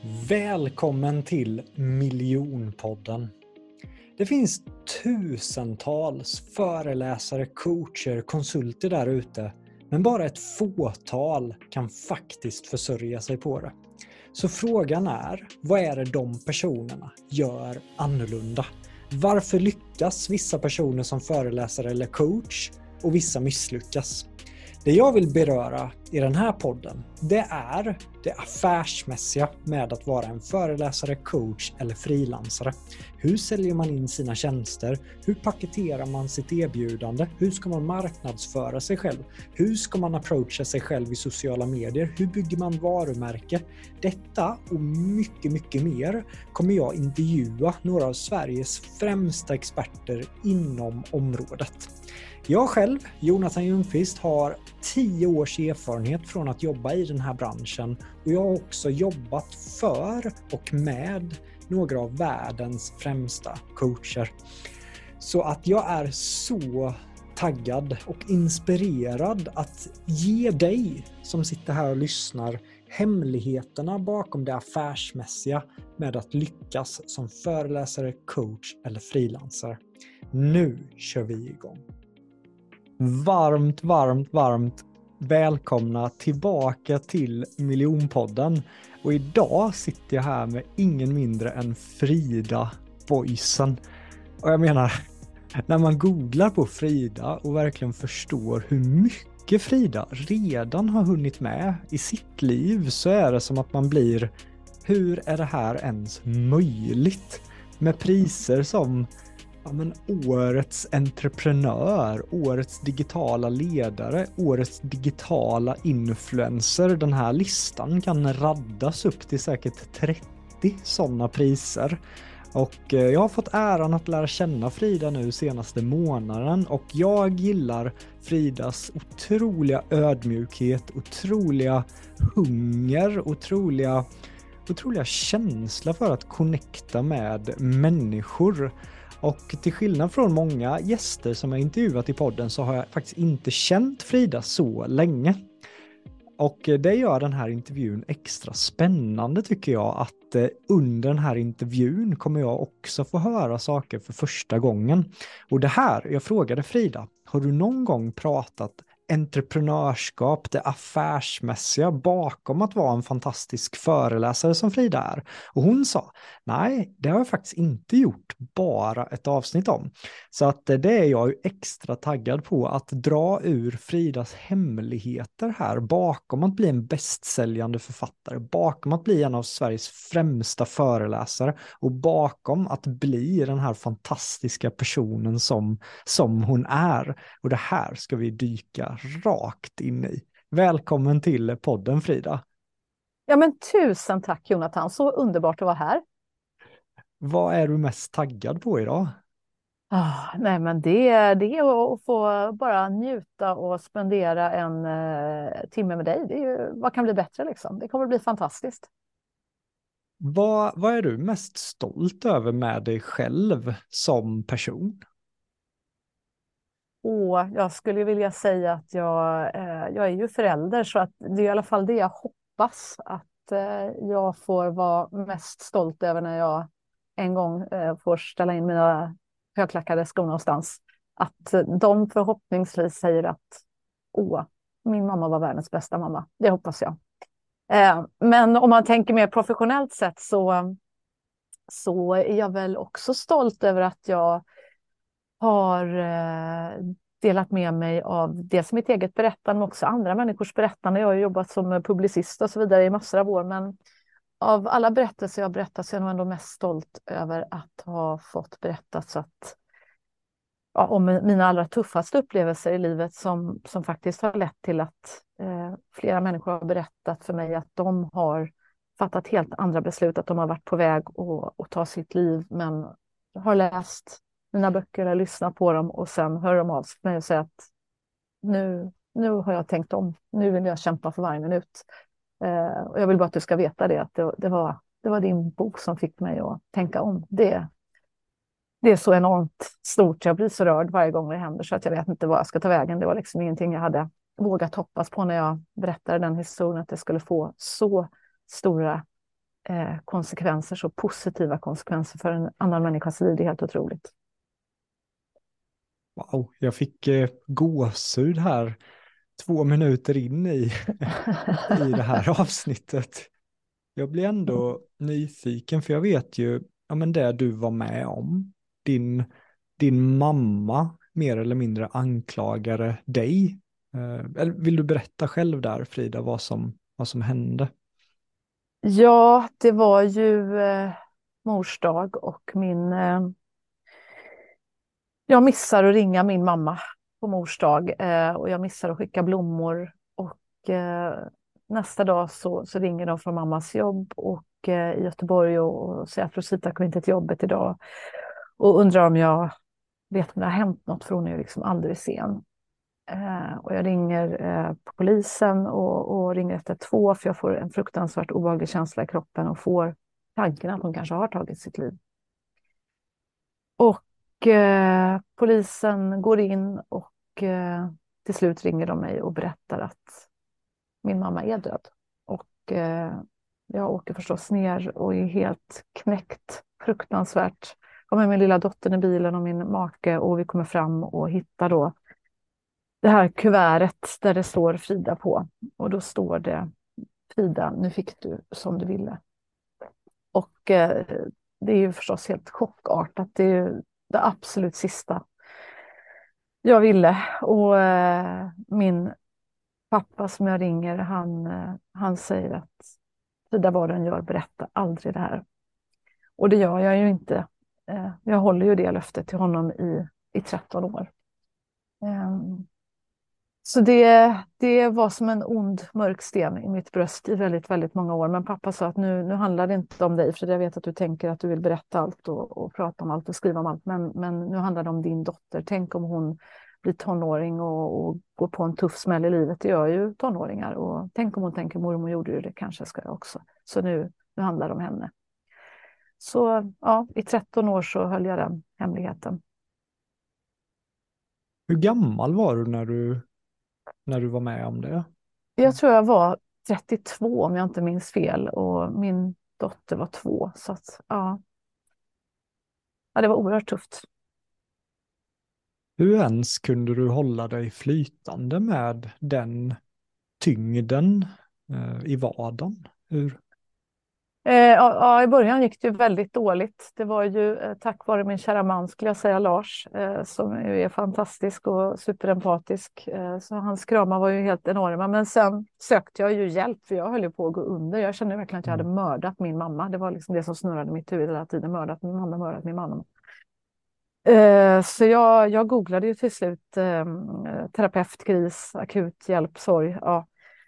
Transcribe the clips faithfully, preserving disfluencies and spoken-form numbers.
Välkommen till Miljonpodden. Det finns tusentals föreläsare, coacher, konsulter där ute, men bara ett fåtal kan faktiskt försörja sig på det. Så frågan är, vad är det de personerna gör annorlunda? Varför lyckas vissa personer som föreläsare eller coach och vissa misslyckas? Det jag vill beröra i den här podden, det är det affärsmässiga med att vara en föreläsare, coach eller frilansare. Hur säljer man in sina tjänster? Hur paketerar man sitt erbjudande? Hur ska man marknadsföra sig själv? Hur ska man approacha sig själv i sociala medier? Hur bygger man varumärke? Detta och mycket, mycket mer kommer jag intervjua några av Sveriges främsta experter inom området. Jag själv, Jonathan Ljungqvist, har tio års erfarenhet från att jobba i den här branschen och jag har också jobbat för och med några av världens främsta coacher. Så att jag är så taggad och inspirerad att ge dig som sitter här och lyssnar hemligheterna bakom det affärsmässiga med att lyckas som föreläsare, coach eller frilansare. Nu kör vi igång. Varmt, varmt, varmt välkomna tillbaka till Miljonpodden. Och idag sitter jag här med ingen mindre än Frida Boisen. Och jag menar, när man googlar på Frida och verkligen förstår hur mycket Frida redan har hunnit med i sitt liv, så är det som att man blir, hur är det här ens möjligt? Med priser som Ja, men årets entreprenör, årets digitala ledare, årets digitala influencer. Den här listan kan raddas upp till säkert trettio sådana priser. Och jag har fått äran att lära känna Frida nu senaste månaden och jag gillar Fridas otroliga ödmjukhet, otroliga hunger, otroliga, otroliga känsla för att connecta med människor. Och till skillnad från många gäster som jag intervjuat i podden så har jag faktiskt inte känt Frida så länge. Och det gör den här intervjun extra spännande tycker jag, att under den här intervjun kommer jag också få höra saker för första gången. Och det här, jag frågade Frida, har du någon gång pratat entreprenörskap, det affärsmässiga bakom att vara en fantastisk föreläsare som Frida är? Och hon sa, nej, det har jag faktiskt inte gjort, bara ett avsnitt om. Så att det är jag ju extra taggad på, att dra ur Fridas hemligheter här bakom att bli en bästsäljande författare, bakom att bli en av Sveriges främsta föreläsare och bakom att bli den här fantastiska personen som, som hon är. Och det här ska vi dyka rakt in i. Välkommen till podden, Frida. Ja, men tusen tack Jonathan, så underbart att vara här. Vad är du mest taggad på idag? Ah, nej men det, det är att få bara njuta och spendera en eh, timme med dig. Det är ju, vad kan bli bättre liksom? Det kommer bli fantastiskt. Vad, vad är du mest stolt över med dig själv som person? Och jag skulle vilja säga att jag, eh, jag är ju förälder, så att det är i alla fall det jag hoppas att eh, jag får vara mest stolt över när jag en gång eh, får ställa in mina högklackade skor någonstans. Att eh, de förhoppningsvis säger att åh, min mamma var världens bästa mamma. Det hoppas jag. Eh, men om man tänker mer professionellt sett så, så är jag väl också stolt över att jag har eh, delat med mig av dels mitt eget berättande men också andra människors berättande. Jag har jobbat som publicist och så vidare i massor av år, men av alla berättelser jag berättat så är jag nog ändå mest stolt över att ha fått berättat så att, ja, om mina allra tuffaste upplevelser i livet som, som faktiskt har lett till att eh, flera människor har berättat för mig att de har fattat helt andra beslut, att de har varit på väg att, att ta sitt liv men har läst mina böcker eller lyssnat på dem och sen hör de av sig mig och säger att nu, nu har jag tänkt om, nu vill jag kämpa för varje minut. Eh, och jag vill bara att du ska veta det, att det, det, var, det var din bok som fick mig att tänka om. Det, det är så enormt stort, jag blir så rörd varje gång det händer så att jag vet inte vad jag ska ta vägen. Det var liksom ingenting jag hade vågat hoppas på när jag berättade den historien, att det skulle få så stora eh, konsekvenser, så positiva konsekvenser för en annan människas liv. Det är helt otroligt. Wow, jag fick eh, gåshud här två minuter in i, i det här avsnittet. Jag blir ändå nyfiken, för jag vet ju, ja men det du var med om, din, din mamma mer eller mindre anklagade dig. Eh, eller vill du berätta själv där, Frida, vad som, vad som hände? Ja, det var ju eh, mors dag och min... Eh, jag missar att ringa min mamma på mors dag eh, och jag missar att skicka blommor. Och eh, nästa dag så, så ringer de från mammas jobb och, eh, i Göteborg och, och säger att Rosita kommer inte till jobbet idag. Och undrar om jag vet om det har hänt något, för hon är ju liksom aldrig sen. Eh, och jag ringer eh, polisen och, och ringer efter två, för jag får en fruktansvärt obehaglig känsla i kroppen och får tanken att hon kanske har tagit sitt liv. Och eh, polisen går in och eh, till slut ringer de mig och berättar att min mamma är död. Och eh, jag åker förstås ner och är helt knäckt, fruktansvärt. Jag har med min lilla dotter i bilen och min make, och vi kommer fram och hittar då det här kuvertet där det står Frida på. Och då står det: Frida, nu fick du som du ville. Och eh, det är ju förstås helt chockartat. Det är ju det absolut sista jag ville. Och eh, min pappa som jag ringer, han, eh, han säger att Frida, vad den gör, berätta aldrig det här. Och det gör jag ju inte. Eh, jag håller ju det löftet till honom i, i tretton år. Um, Så det, det var som en ond mörk sten i mitt bröst i väldigt, väldigt många år. Men pappa sa att nu, nu handlar det inte om dig, för jag vet att du tänker att du vill berätta allt och, och prata om allt och skriva om allt. Men, men nu handlar det om din dotter. Tänk om hon blir tonåring och, och går på en tuff smäll i livet. Det gör ju tonåringar. Och tänk om hon tänker, mormor gjorde ju det, kanske ska jag också. Så nu, nu handlar det om henne. Så ja, i tretton år så höll jag den hemligheten. Hur gammal var du när du, när du var med om det? Jag tror jag var trettiotvå om jag inte minns fel, och min dotter var två. Så att, ja. Ja, det var oerhört tufft. Hur ens kunde du hålla dig flytande med den tyngden eh, i vardagen? Hur? Eh, ja, ja, i början gick det ju väldigt dåligt. Det var ju eh, tack vare min kära man, skulle jag säga, Lars, eh, som ju är fantastisk och superempatisk. Eh, så hans kramar var ju helt enorma. Men sen sökte jag ju hjälp, för jag höll ju på att gå under. Jag kände verkligen att jag hade mördat min mamma. Det var liksom det som snurrade mitt huvud hela tiden. Mördat min mamma, mördat min mamma. Eh, så jag, jag googlade ju till slut eh, terapeutkris, akut hjälp, sorg. Ja.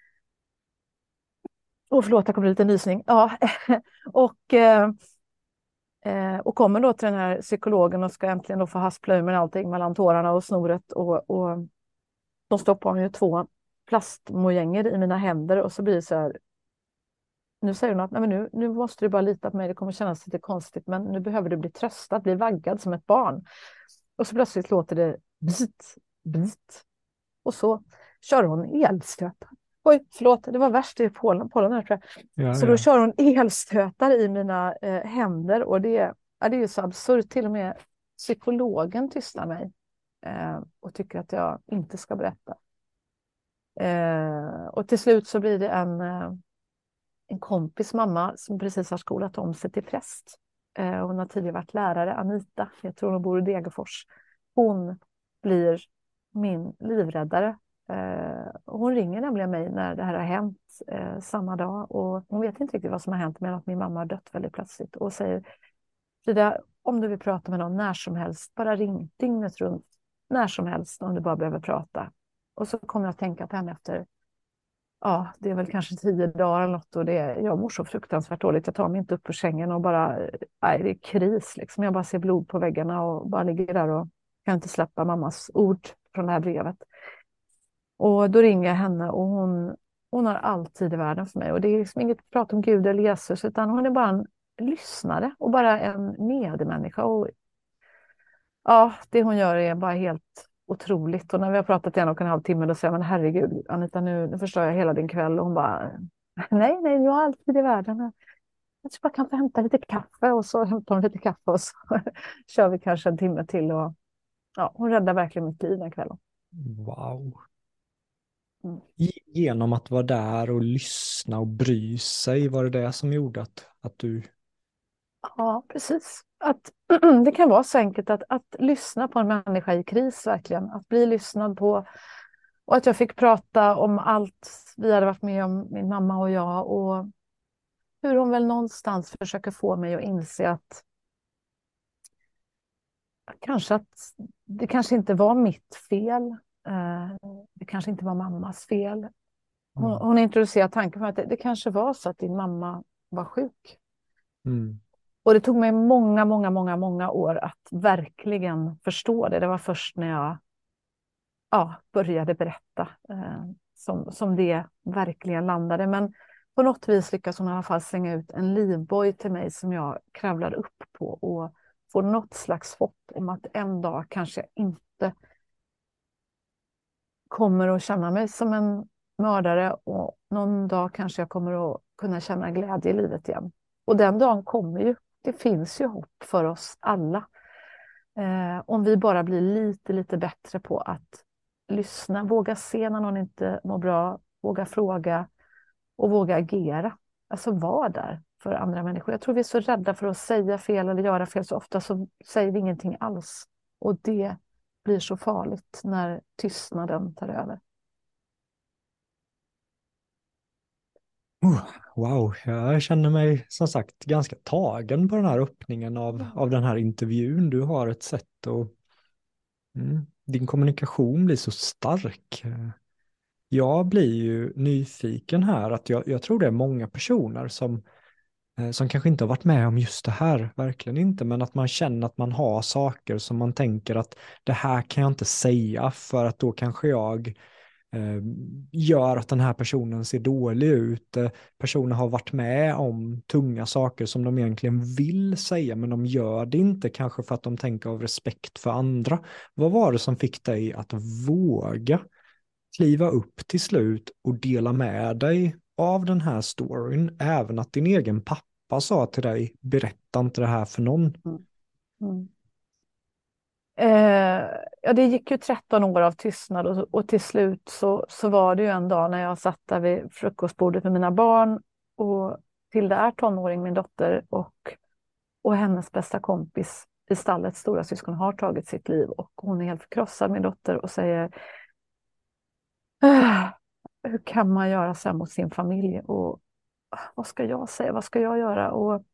Och förlåt, jag kommer lite nysning. Ja. och, eh, eh, och kommer då till den här psykologen och ska äntligen då få haspla ur med allting mellan tårarna och snoret. Och, och de stoppar ju två plastmojänger i mina händer, och så blir det så här. Nu säger hon att nej, men nu, nu måste du bara lita på mig, det kommer kännas lite konstigt, men nu behöver du bli tröstad, bli vaggad som ett barn. Och så plötsligt låter det bit, bit. Och så kör hon elstötar. Oj, förlåt, det var värst i Polen, Polen här, tror jag. Ja, Så ja. då kör hon elstötar i mina eh, händer, och det, ja, det är ju så absurt. Till och med psykologen tystar mig eh, och tycker att jag inte ska berätta. Eh, och till slut så blir det en... Eh, en kompis mamma som precis har skolat om sig till präst. Eh, hon har tidigare varit lärare, Anita. Jag tror hon bor i Degerfors. Hon blir min livräddare. Eh, hon ringer nämligen mig när det här har hänt eh, samma dag. Och hon vet inte riktigt vad som har hänt, men att min mamma har dött väldigt plötsligt. Och säger: Frida, om du vill prata med någon när som helst, bara ring dygnet runt. När som helst, om du bara behöver prata. Och så kommer jag att tänka på henne efter, ja, det är väl kanske tio dagar eller något, och det är, jag mår så fruktansvärt dåligt. Jag tar mig inte upp ur sängen och bara, nej, det är kris liksom. Jag bara ser blod på väggarna och bara ligger där och kan inte släppa mammas ord från det här brevet. Och då ringer jag henne, och hon, hon har alltid i världen för mig. Och det är liksom inget prat om Gud eller Jesus, utan hon är bara en lyssnare och bara en medmänniska. Och ja, det hon gör är bara helt otroligt. Och när vi har pratat i en och en halv timme, då säger jag: men herregud, Anita, nu, nu förstör jag hela din kväll. Och hon bara: nej, nej, jag har alltid i världen. jag tror jag kan få hämta lite kaffe, och så hämtar hon lite kaffe och så kör vi kanske en timme till. Och, ja, hon räddar verkligen mitt liv den kvällen. Wow. Mm. Ge- Genom att vara där och lyssna och bry sig, var det det som gjorde att, att du... Ja, precis. Att, det kan vara så enkelt att, att lyssna på en människa i kris, verkligen. Att bli lyssnad på. Och att jag fick prata om allt vi hade varit med om, min mamma och jag. Och hur hon väl någonstans försöker få mig att inse att kanske att det kanske inte var mitt fel. Eh, det kanske inte var mammas fel. Hon, Mm. hon introducerade tanken på att det, det kanske var så att din mamma var sjuk. Mm. Och det tog mig många, många, många, många år att verkligen förstå det. Det var först när jag ja, började berätta eh, som, som det verkligen landade. Men på något vis lyckas hon i alla fall slänga ut en livboj till mig som jag kravlar upp på och får något slags hopp om att en dag kanske jag inte kommer att känna mig som en mördare, och någon dag kanske jag kommer att kunna känna glädje i livet igen. Och den dagen kommer ju. Det finns ju hopp för oss alla. Eh, om vi bara blir lite, lite bättre på att lyssna, våga se när någon inte mår bra, våga fråga och våga agera. Alltså vara där för andra människor. Jag tror vi är så rädda för att säga fel eller göra fel, så ofta så säger vi ingenting alls. Och det blir så farligt när tystnaden tar över. Oh, wow, jag känner mig som sagt ganska tagen på den här öppningen av, av den här intervjun. Du har ett sätt att... Mm, din kommunikation blir så stark. Jag blir ju nyfiken här, att jag, jag tror det är många personer som, eh, som kanske inte har varit med om just det här, verkligen inte, men att man känner att man har saker som man tänker att det här kan jag inte säga för att då kanske jag eh, gör att den här personen ser dålig ut. Eh, personer har varit med om tunga saker som de egentligen vill säga, men de gör det inte, kanske för att de tänker av respekt för andra. Vad var det som fick dig att våga kliva upp till slut och dela med dig av den här storyn, även att din egen pappa sa till dig, berätta inte det här för någon? Mm. Mm. Eh, ja, det gick ju tretton år av tystnad, och, och till slut så, så var det ju en dag när jag satt där vid frukostbordet med mina barn, och Tilda är tonåring, min dotter, och, och hennes bästa kompis i stallet, stora syskon, har tagit sitt liv, och hon är helt förkrossad, min dotter, och säger "Ah, hur kan man göra så här mot sin familj, och ah, vad ska jag säga, vad ska jag göra?" Och,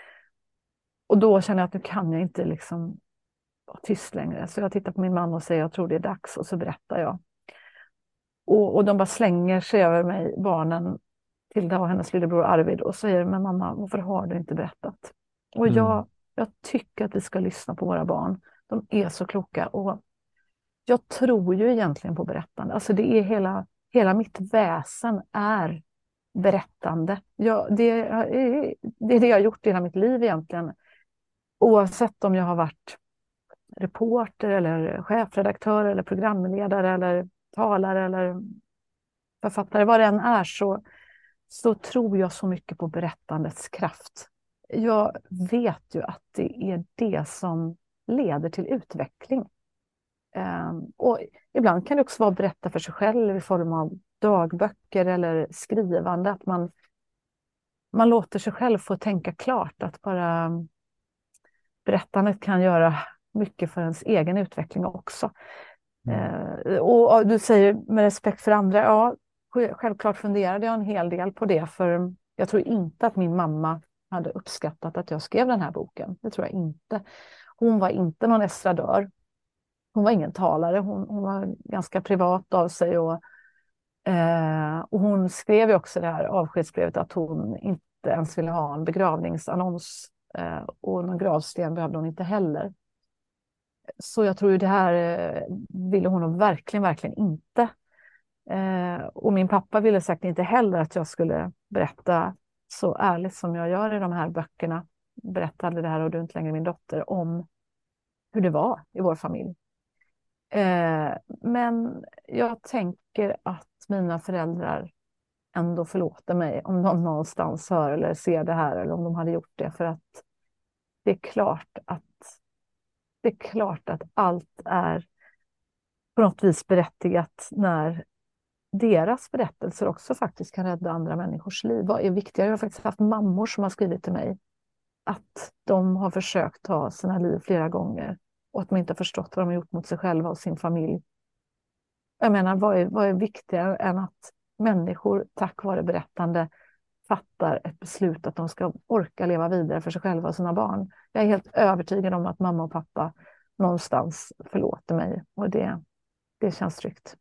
och då känner jag att nu kan jag inte liksom vara tyst längre. Så jag tittar på min man och säger jag tror det är dags, och så berättar jag. Och, och de bara slänger sig över mig, barnen, Tilda och hennes lillebror Arvid, och säger men mamma, varför har du inte berättat? Och Mm. jag, jag tycker att vi ska lyssna på våra barn. De är så kloka, och jag tror ju egentligen på berättande. Alltså det är hela, hela mitt väsen är berättande. Jag, det, är, det är det jag har gjort i hela mitt liv egentligen. Oavsett om jag har varit reporter eller chefredaktör eller programledare eller talare eller författare, vad det än är, så, så tror jag så mycket på berättandets kraft. Jag vet ju att det är det som leder till utveckling. Um, och ibland kan det också vara att berätta för sig själv i form av dagböcker eller skrivande, att man, man låter sig själv få tänka klart, att bara berättandet kan göra mycket för ens egen utveckling också. Mm. Eh, och, och du säger med respekt för andra, ja, självklart funderade jag en hel del på det, för jag tror inte att min mamma hade uppskattat att jag skrev den här boken. Det tror jag inte. Hon var inte någon estradör. Hon var ingen talare. Hon, hon var ganska privat av sig, och, eh, och hon skrev ju också det här avskedsbrevet att hon inte ens ville ha en begravningsannons, eh, och någon gravsten behövde hon inte heller. Så jag tror ju det här eh, ville hon verkligen, verkligen inte. Eh, och min pappa ville säkert inte heller att jag skulle berätta så ärligt som jag gör i de här böckerna. Berättade det här och du är inte längre min dotter, om hur det var i vår familj. Eh, men jag tänker att mina föräldrar ändå förlåter mig om de någonstans hör eller ser det här, eller om de hade gjort det. För att det är klart att det är klart att allt är på något vis berättigat när deras berättelser också faktiskt kan rädda andra människors liv. Vad är viktigare? Jag har faktiskt haft mammor som har skrivit till mig att de har försökt ta sina liv flera gånger och att de inte har förstått vad de har gjort mot sig själva och sin familj. Jag menar, vad är, vad är viktigare än att människor tack vare berättande fattar ett beslut att de ska orka leva vidare för sig själva och sina barn. Jag är helt övertygad om att mamma och pappa någonstans förlåter mig, och det, det känns tryggt.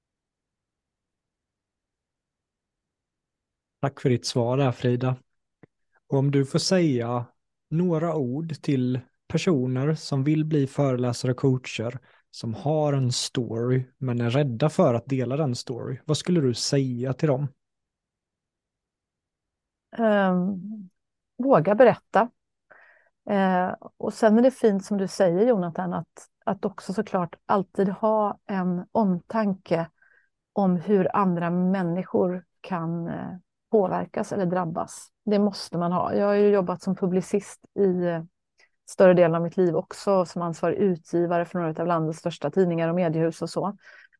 Tack för ditt svar där, Frida. Och om du får säga några ord till personer som vill bli föreläsare och coacher, som har en story men är rädda för att dela den story, vad skulle du säga till dem? Um, våga berätta. Uh, och sen är det fint som du säger, Jonathan, att, att också såklart alltid ha en omtanke om hur andra människor kan uh, påverkas eller drabbas. Det måste man ha. Jag har ju jobbat som publicist i uh, större delen av mitt liv också, som ansvarig utgivare för några av landets största tidningar och mediehus och så.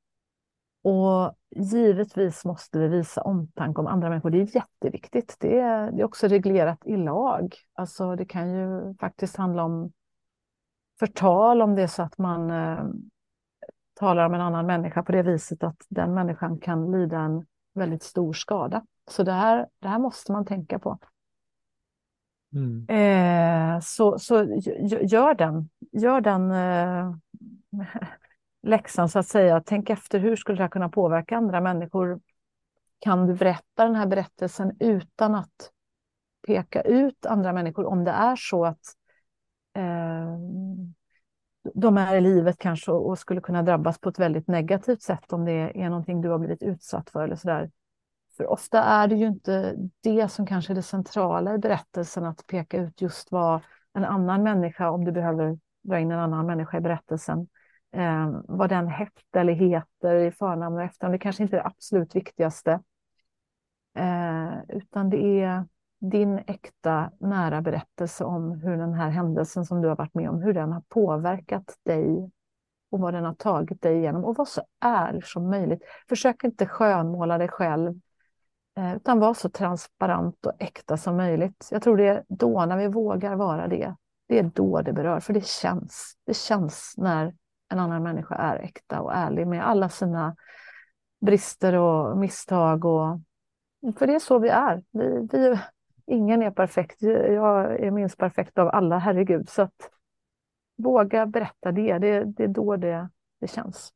Och givetvis måste vi visa omtanke om andra människor. Det är jätteviktigt. Det är, det är också reglerat i lag. Alltså det kan ju faktiskt handla om förtal, om det är så att man eh, talar om en annan människa på det viset att den människan kan lida en väldigt stor skada. Så det här, det här måste man tänka på. Mm. Eh, så så gör den, gör den eh, läxan så att säga. Tänk efter, hur skulle det här kunna påverka andra människor? Kan du berätta den här berättelsen utan att peka ut andra människor, om det är så att eh, de är i livet kanske och skulle kunna drabbas på ett väldigt negativt sätt om det är någonting du har blivit utsatt för eller sådär. För ofta är det ju inte det som kanske är det centrala i berättelsen, att peka ut just vad en annan människa, om du behöver dra in en annan människa i berättelsen, eh, vad den hette eller heter i förnamn och efternamn. Det kanske inte är det absolut viktigaste. Eh, utan det är din äkta nära berättelse om hur den här händelsen som du har varit med om, hur den har påverkat dig och vad den har tagit dig igenom, och var så ärlig som möjligt. Försök inte skönmåla dig själv, utan var så transparent och äkta som möjligt. Jag tror det är då, när vi vågar vara det, det är då det berör. För det känns, det känns när en annan människa är äkta och ärlig med alla sina brister och misstag. Och, för det är så vi är. Vi, vi, ingen är perfekt. Jag är minst perfekt av alla, herregud. Så att våga berätta det. Det, det är då det, det känns.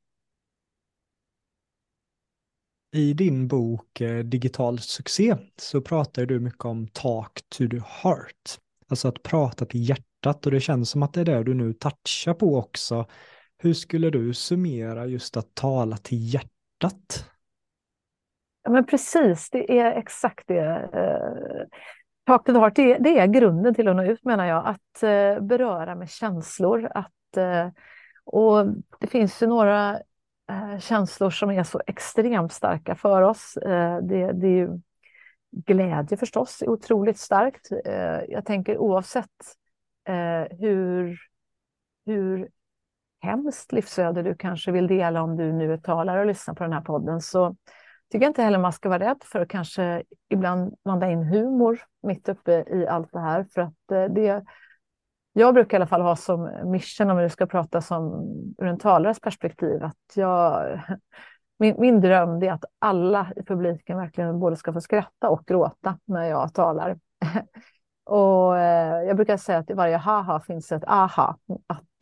I din bok eh, Digital succé så pratar du mycket om talk to the heart. Alltså att prata till hjärtat, och det känns som att det är det du nu touchar på också. Hur skulle du summera just att tala till hjärtat? Ja, men precis, det är exakt det. Talk to the heart, det, det är grunden till att nå ut, menar jag. Att eh, beröra med känslor. Att, eh, och det finns ju några eh, känslor som är så extremt starka för oss. Eh, det, det är ju glädje förstås, är otroligt starkt. Eh, jag tänker oavsett eh, hur, hur hemskt livsöde du kanske vill dela, om du nu är talare och lyssnar på den här podden, så tycker jag inte heller man ska vara rädd för att kanske ibland blanda in humor mitt uppe i allt det här. För att det, jag brukar i alla fall ha som mission, om vi ska prata som ur en talares perspektiv, att jag, min, min dröm är att alla i publiken verkligen både ska få skratta och gråta när jag talar. Och jag brukar säga att i varje haha finns ett aha, att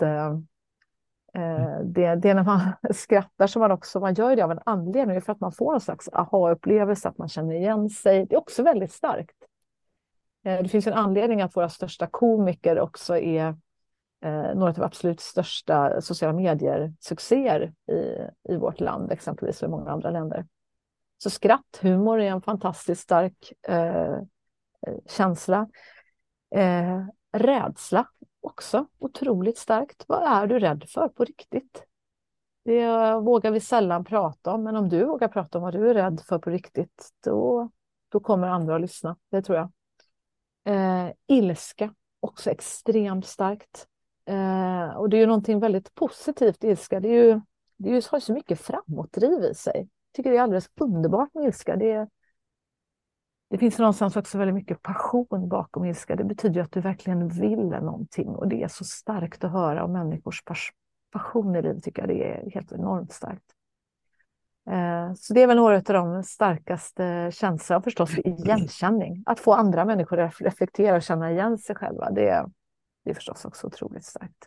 Det, det är när man skrattar som man också, man gör det av en anledning, för att man får en slags aha-upplevelse, att man känner igen sig. Det är också väldigt starkt. Det finns en anledning att våra största komiker också är eh, några av de absolut största sociala medier-succéer i, i vårt land, exempelvis och i många andra länder. Så skratt, humor är en fantastiskt stark eh, känsla. Eh, rädsla också otroligt starkt. Vad är du rädd för på riktigt? Det vågar vi sällan prata om, men om du vågar prata om vad du är rädd för på riktigt, då, då kommer andra att lyssna, det tror jag. Eh, ilska, också extremt starkt. Eh, och det är ju någonting väldigt positivt, ilska. Det är ju, det är ju, har så mycket framåtdriv i sig. Jag tycker det är alldeles underbart med ilska. Det, är, det finns någonstans också väldigt mycket passion bakom ilska. Det betyder ju att du verkligen vill någonting, och det är så starkt att höra om människors pas- passion i livet, tycker jag. Det är helt enormt starkt. Eh, Så det är väl några av de starkaste känslorna, förstås igenkänning. Att få andra människor att reflektera och känna igen sig själva, det, det är förstås också otroligt starkt.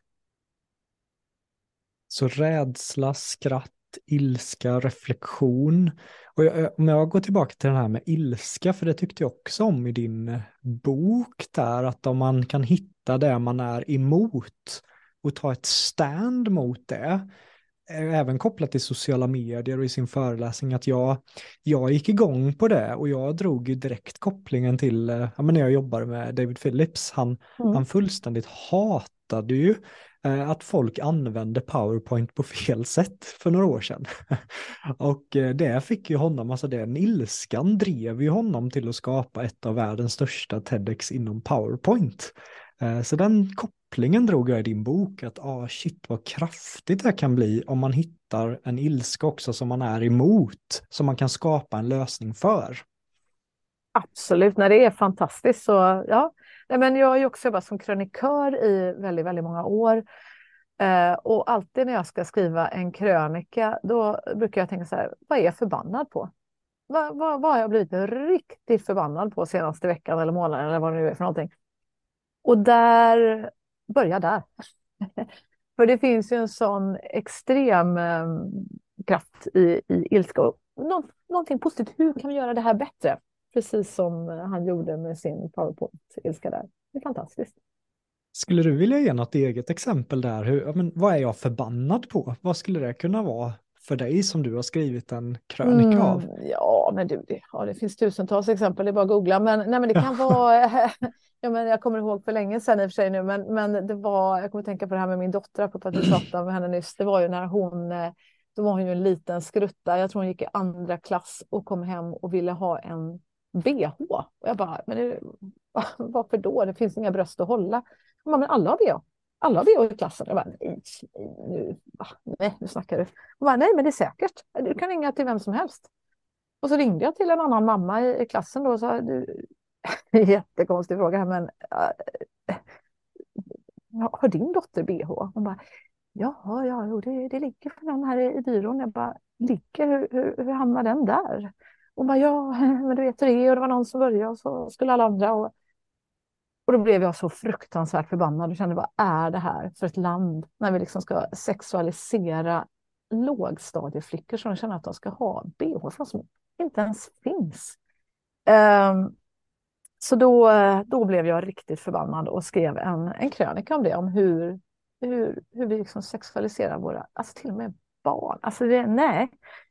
Så rädsla, skratt, ilska, reflektion. Och jag, om jag går tillbaka till den här med ilska, för det tyckte jag också om i din bok där, att om man kan hitta det man är emot och ta ett stand mot det, även kopplat till sociala medier och i sin föreläsning, att jag, jag gick igång på det, och jag drog ju direkt kopplingen till, ja, men när jag jobbade med David Phillips, han, Mm. han fullständigt hatade ju eh, att folk använde PowerPoint på fel sätt för några år sedan. Och eh, det fick ju honom, alltså den ilskan drev ju honom till att skapa ett av världens största TEDx inom PowerPoint. Eh, så den kopplingen drog jag i din bok, att ah, shit vad kraftigt det kan bli om man hittar en ilska också som man är emot, som man kan skapa en lösning för. Absolut, när det är fantastiskt. Så, ja. Nej, men jag har ju också jobbat som krönikör i väldigt, väldigt många år. Eh, och alltid när jag ska skriva en krönika, då brukar jag tänka så här: vad är jag förbannad på? Vad, vad, vad har jag blivit riktigt förbannad på senaste veckan eller månaden eller vad det nu är för någonting? Och där, börja där. För det finns ju en sån extrem eh, kraft i, i ilska. Och nå, någonting positivt, hur kan vi göra det här bättre? Precis som han gjorde med sin PowerPoint-ilska där. Det är fantastiskt. Skulle du vilja ge något eget exempel där? Hur, ja, men vad är jag förbannad på? Vad skulle det kunna vara för dig som du har skrivit en krönika av? Mm, ja, men du, det, ja, det finns tusentals exempel, det är bara att googla. Men, nej, men det kan vara, ja, men jag kommer ihåg för länge sedan i och för sig nu, men, men det var, jag kommer tänka på det här med min dotter, apropå att vi pratade med henne nyss. Det var ju när hon, då var hon ju en liten skrutta, jag tror hon gick i andra klass och kom hem och ville ha en B H. Och jag bara, men det, varför då? Det finns inga bröst att hålla. Hon bara, men alla har B H. Alla har B H i klassen. Jag bara, nej, nu, nej, nu snackar du. Hon bara, nej, men det är säkert. Du kan ringa till vem som helst. Och så ringde jag till en annan mamma i, i klassen då och sa, du, jättekonstig fråga här, men äh, har din dotter B H? Hon bara, ja, ja, jo, det, det ligger för någon här i, i byrån. Jag bara, ligger, hur, hur, hur hamnar den där? Hon bara, ja, men du vet hur det är, och det var någon som började och så skulle alla andra. Och, och då blev jag så fruktansvärt förbannad och kände, vad är det här för ett land när vi liksom ska sexualisera lågstadieflickor som känner att de ska ha B H för som inte ens finns. Um, så då, då blev jag riktigt förbannad och skrev en, en krönika om det, om hur, hur, hur vi liksom sexualiserar våra, alltså till och med barn. Alltså det, nej.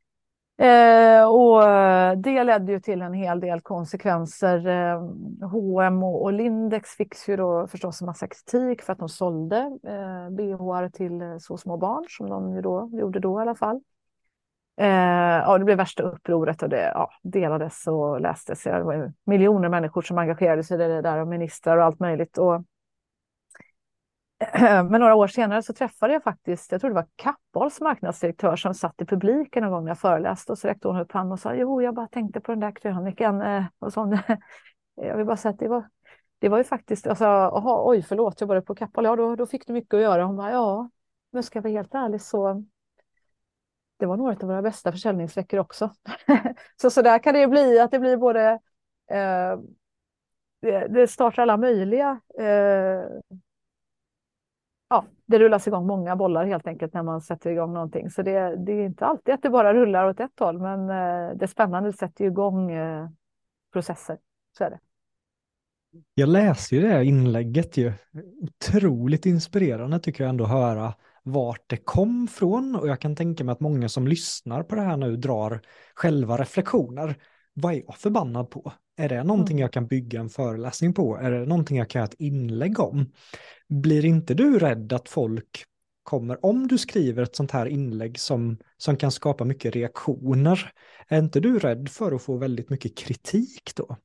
Eh, och det ledde ju till en hel del konsekvenser. Eh, H och M och, och Lindex fick ju då förstås en massa kritik för att de sålde eh, B H till så små barn, som de ju då gjorde då i alla fall. Eh, ja, det blev värsta upproret och det ja, delades och lästes. Det var miljoner människor som engagerade sig i det där, och ministrar och allt möjligt. Och men några år senare så träffade jag faktiskt, jag tror det var Kappahls marknadsdirektör, som satt i publiken en gång när jag föreläste, och så räckte hon upp handen och sa, jo, jag bara tänkte på den där krönikan. Och så, jag vill bara säga att det var, det var ju faktiskt, jag sa, aha, oj förlåt, jag var på Kappahl, ja då, då fick du mycket att göra. Hon bara, ja, men ska jag vara helt ärlig så det var några av våra bästa försäljningsveckor också. så, så där kan det bli, att det blir både, eh, det, det startar alla möjliga eh, ja, det rullas igång många bollar helt enkelt när man sätter igång någonting. Så det, det är inte alltid att det bara rullar åt ett håll, men eh, det spännande sätter ju igång eh, processer. Så är det. Jag läste ju det här inlägget ju. Otroligt inspirerande tycker jag ändå att höra vart det kom från, och jag kan tänka mig att många som lyssnar på det här nu drar själva reflektioner. Vad är jag förbannad på? Är det någonting jag kan bygga en föreläsning på? Är det någonting jag kan göra ett inlägg om? Blir inte du rädd att folk kommer, om du skriver ett sånt här inlägg som, som kan skapa mycket reaktioner, är inte du rädd för att få väldigt mycket kritik då?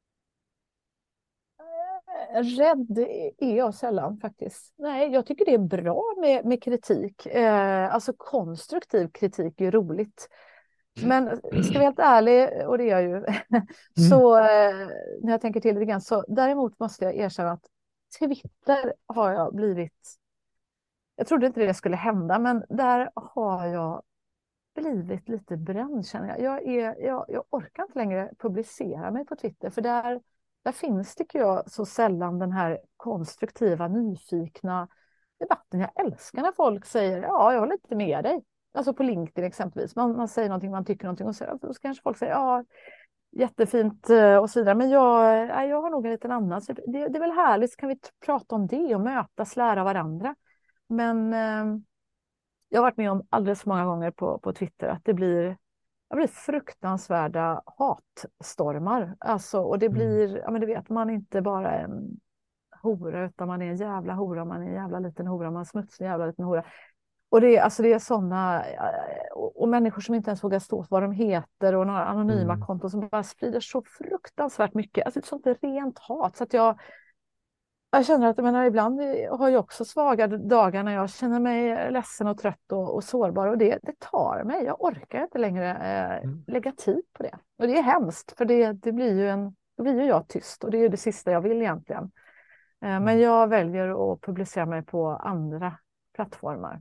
Rädd är jag sällan faktiskt. Nej, jag tycker det är bra med, med kritik. Eh, alltså konstruktiv kritik är roligt. Men ska vi helt ärlig, och det är jag ju, så eh, när jag tänker till lite grann, så däremot måste jag erkänna att Twitter har jag blivit, jag trodde inte det skulle hända, men där har jag blivit lite bränd, känner jag. Jag, är, jag, jag orkar inte längre publicera mig på Twitter, för där, där finns, tycker jag, så sällan den här konstruktiva, nyfikna debatten. Jag älskar när folk säger, ja, jag håller lite med dig. Alltså på LinkedIn exempelvis. Man, man säger någonting, man tycker någonting, och så, så kanske folk säger, ja, jättefint och så vidare. Men jag, nej, jag har nog en liten annan. Så det, det är väl härligt, så kan vi prata om det och mötas, lära varandra. Men eh, jag har varit med om alldeles för många gånger på, på Twitter att det blir, det blir fruktansvärda hatstormar. Alltså, och det blir, ja men du vet, man är inte bara en hora, utan man är en jävla hora, man är en jävla liten hora, man är smutsig jävla liten hora. Och det, alltså det är sådana, och, och människor som inte ens vågar stå för vad de heter, och några anonyma Mm. konton som bara sprider så fruktansvärt mycket. Alltså ett sånt rent hat. Så att jag, jag känner att, jag menar, ibland har jag också svaga dagar när jag känner mig ledsen och trött och, och sårbar. Och det, det tar mig. Jag orkar inte längre eh, Mm. lägga tid på det. Och det är hemskt, för det, det blir ju en, då blir ju jag tyst. Och det är ju det sista jag vill egentligen. Eh, men jag väljer att publicera mig på andra plattformar.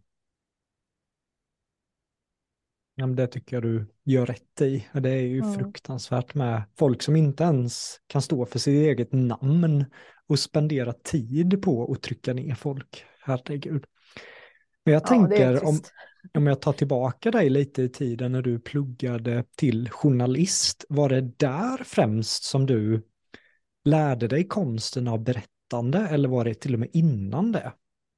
Ja, men det tycker jag du gör rätt i. Och det är ju Mm. fruktansvärt med folk som inte ens kan stå för sitt eget namn och spendera tid på att trycka ner folk. Herregud. Men jag Ja, det är tänker, om, trist. om jag tar tillbaka dig lite i tiden när du pluggade till journalist, var det där främst som du lärde dig konsten av berättande, eller var det till och med innan det?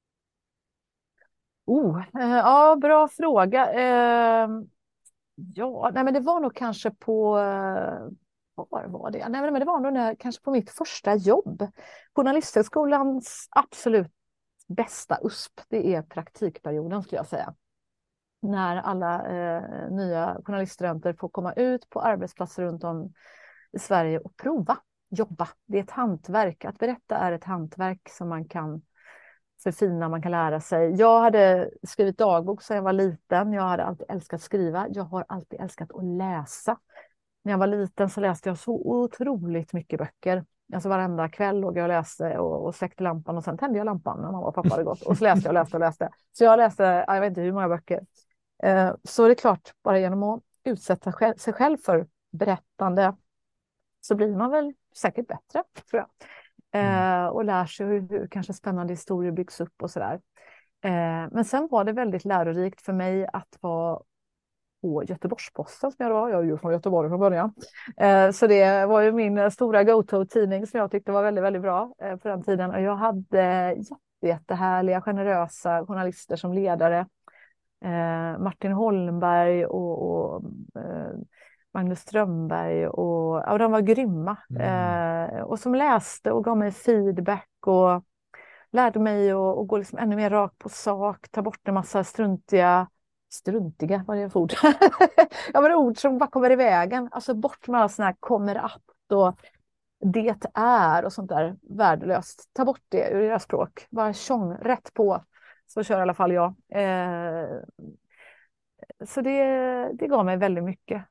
Oh, eh, ja, bra fråga. Eh, ja, nej, men det var nog kanske på, eh, var var det? Nej, men det var nog när, kanske på mitt första jobb. Journalisthögskolans absolut bästa U S P, det är praktikperioden, skulle jag säga. När alla eh, nya journaliststudenter får komma ut på arbetsplatser runt om i Sverige och prova jobba. Det är ett hantverk. Att berätta är ett hantverk som man kan förfina, man kan lära sig. Jag hade skrivit dagbok sedan jag var liten. Jag hade alltid älskat skriva. Jag har alltid älskat att läsa. När jag var liten så läste jag så otroligt mycket böcker. Alltså varenda kväll låg jag och läste och, och släckte lampan, och sen tände jag lampan när mamma och pappa hade gått. Och så läste jag och läste och läste. Så jag läste, jag vet inte hur många böcker. Eh, så det är klart, bara genom att utsätta själv, sig själv för berättande så blir man väl säkert bättre, tror jag. Eh, och lär sig hur, hur kanske spännande historier byggs upp och sådär. Eh, men sen var det väldigt lärorikt för mig att vara på Göteborgs-Posten, som jag var. Jag är ju från Göteborg från början. Eh, så det var ju min stora go-to-tidning som jag tyckte var väldigt, väldigt bra eh, på den tiden. Och jag hade jätte, jättehärliga, generösa journalister som ledare. Eh, Martin Holmberg och, och eh, Magnus Strömberg, och, och de var grymma. Mm. Eh, och som läste och gav mig feedback och lärde mig att, att gå liksom ännu mer rakt på sak, ta bort en massa struntiga, struntiga, vad är det för ord? Ja, men ord som bara kommer i vägen. Alltså bort med alla sådana här kommer att och det är och sånt där värdelöst. Ta bort det ur era språk. Bara tjong, rätt på. Så kör i alla fall jag. Eh, så det, det gav mig väldigt mycket.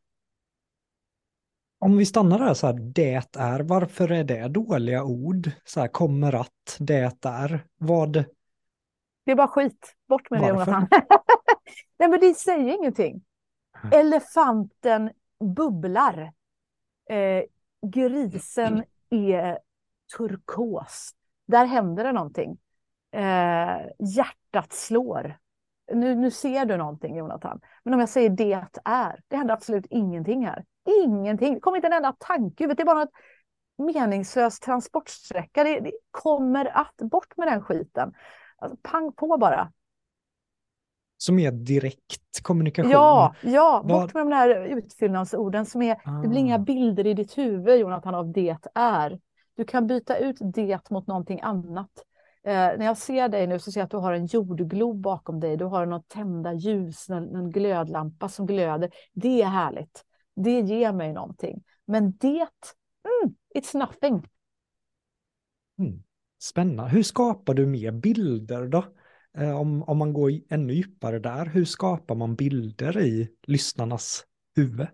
Om vi stannar där så här, det är, varför är det dåliga ord? Så här, kommer att, det är, vad? Det är bara skit. Bort med Varför? det, Jonathan. Nej, men det säger ingenting. Elefanten bubblar. Eh, grisen är turkos. Där händer det någonting. Eh, hjärtat slår. Nu, nu ser du någonting, Jonathan. Men om jag säger det är, det händer absolut ingenting här. Ingenting. Det kommer inte en enda tanke. Det är bara ett meningslöst transportsträcka. Det, det kommer att bort med den skiten. Alltså, pang på bara. Som är direkt kommunikation. Ja, ja, bort Vad? med de här utfyllnadsorden som är, Ah. det blir inga bilder i ditt huvud, Jonathan, av det är. Du kan byta ut det mot någonting annat. Eh, när jag ser dig nu så ser jag att du har en jordglob bakom dig. Du har något tända ljus, en, en glödlampa som glöder. Det är härligt. Det ger mig någonting. Men det, mm, it's nothing. Mm. Spännande. Hur skapar du mer bilder då? Eh, om, om man går ännu djupare där, hur skapar man bilder i lyssnarnas huvud?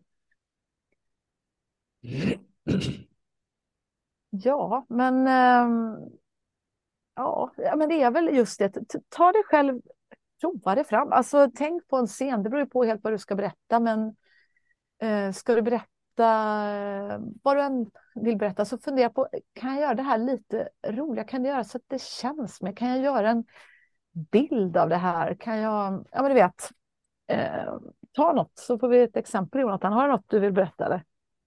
Ja, men, ehm, ja, ja, men det är väl just det. T- Ta dig själv, prova det fram. Alltså, tänk på en scen. Det beror ju på helt vad du ska berätta. Men eh, ska du berätta eh, vad du än vill berätta, så fundera på, kan jag göra det här lite roligare? Kan jag göra så att det känns med? Kan jag göra en bild av det här? Kan jag, ja men du vet, eh, ta något så får vi ett exempel. Jonathan, har du något du vill berätta eller?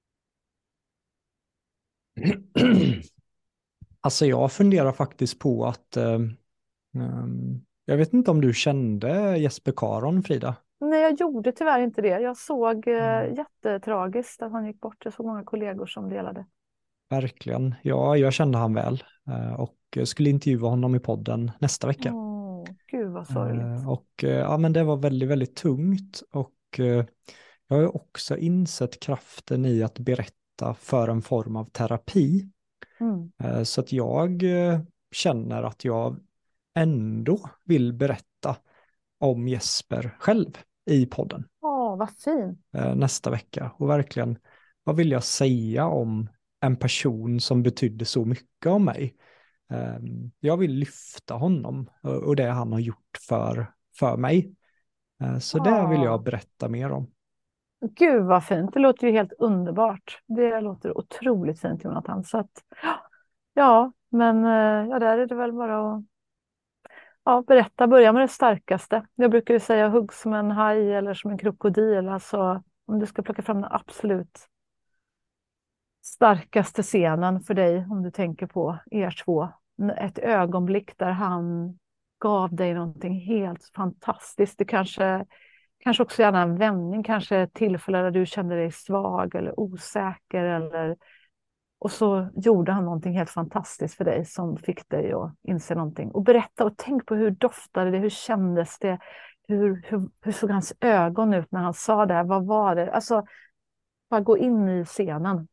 Alltså jag funderar faktiskt på att, eh, um, jag vet inte om du kände Jesper Caron, Frida? Nej, jag gjorde tyvärr inte det. Jag såg Mm. eh, jättetragiskt att han gick bort. Jag såg många kollegor som delade. Verkligen. Ja, jag kände han väl eh, och skulle intervjua honom i podden nästa vecka. Åh, gud vad sorgligt. Eh, och eh, ja, men det var väldigt, väldigt tungt och eh, jag har ju också insett kraften i att berätta för en form av terapi. Mm. Eh, så att jag eh, känner att jag ändå vill berätta om Jesper själv i podden Åh, vad fint. eh, nästa vecka. Och verkligen, vad vill jag säga om en person som betydde så mycket om mig? Eh, jag vill lyfta honom och, och det han har gjort för, för mig. Eh, så det vill jag Åh, berätta mer om. gud vad fint. Det låter ju helt underbart. Det låter otroligt fint, Jonathan. Så att, ja, men eh, ja, där är det väl bara att ja, berätta. Börja med det starkaste. Jag brukar ju säga hugg som en haj eller som en krokodil. Alltså, om du ska plocka fram den absolut starkaste scenen för dig, om du tänker på er två. Ett ögonblick där han gav dig någonting helt fantastiskt. Det kanske, kanske också gärna en vändning, kanske ett tillfälle där du kände dig svag eller osäker. Eller, och så gjorde han någonting helt fantastiskt för dig som fick dig att inse någonting. Och berätta och tänk på hur doftade det, hur kändes det, hur, hur, hur såg hans ögon ut när han sa det, vad var det? Alltså, bara gå in i scenen.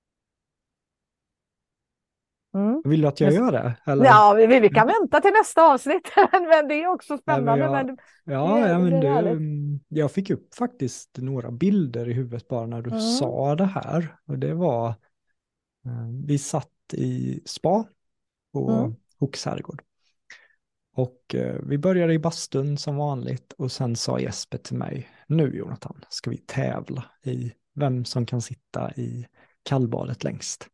Mm. Vill du att jag gör det? Eller? Ja, vi, vi kan vänta till nästa avsnitt, men det är också Nej, men spännande. jag, Men ja, det, ja, det men är det, härligt. mm, jag fick upp faktiskt några bilder i huvudet bara när du Mm. sa det här. Och det var, eh, vi satt i spa på Mm. Hooks herrgård. Och eh, vi började i bastun som vanligt och sen sa Jesper till mig, nu Jonathan ska vi tävla i vem som kan sitta i kallbadet längst.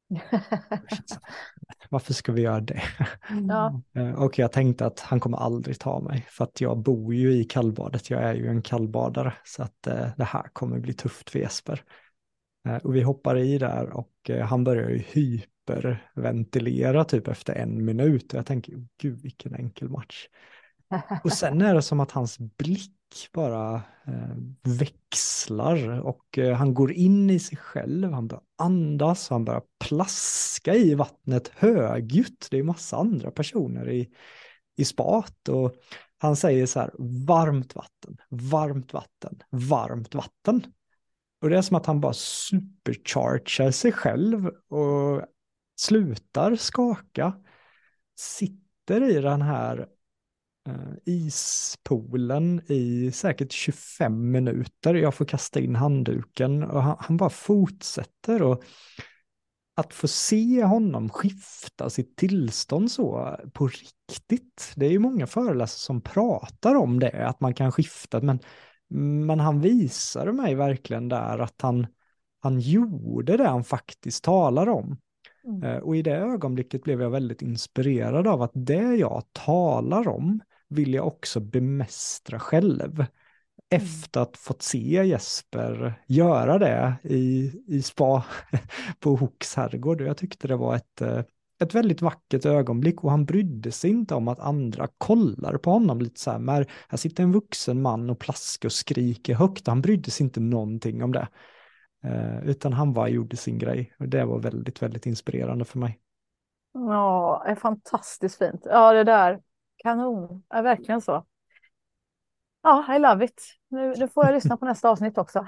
Varför ska vi göra det? Ja. Eh, Och jag tänkte att han kommer aldrig ta mig för att jag bor ju i kallbadet. Jag är ju en kallbadare så att eh, det här kommer bli tufft för Jesper. Eh, och vi hoppar i där och eh, han börjar ju hyperventilera typ efter en minut. Och jag tänker, gud vilken enkel match. Och sen är det som att hans blick bara eh, växlar och eh, han går in i sig själv, han börjar andas, han börjar plaska i vattnet högljutt. Det är massa andra personer i, i spat och han säger så här, varmt vatten, varmt vatten, varmt vatten. Och det är som att han bara superchargar sig själv och slutar skaka, sitter i den här Uh, ispoolen i säkert tjugofem minuter. Jag får kasta in handduken och han, han bara fortsätter. Och att få se honom skifta sitt tillstånd så på riktigt. Det är ju många föreläsare som pratar om det, att man kan skifta. Men, men han visade mig verkligen där att han, han gjorde det han faktiskt talar om. Mm. Uh, och i det ögonblicket blev jag väldigt inspirerad av att det jag talar om vill jag också bemästra själv. Efter att fått se Jesper göra det i, i spa på Hooks herrgård. Jag tyckte det var ett, ett väldigt vackert ögonblick och han brydde sig inte om att andra kollar på honom lite så här. Men här sitter en vuxen man och plaskar och skriker högt. Han brydde sig inte någonting om det. Uh, utan han bara gjorde sin grej. Och det var väldigt, väldigt inspirerande för mig. Ja, är fantastiskt fint. Ja, det där. Kanon. Är verkligen så. Ja, I love it. Nu, nu får jag lyssna på nästa avsnitt också.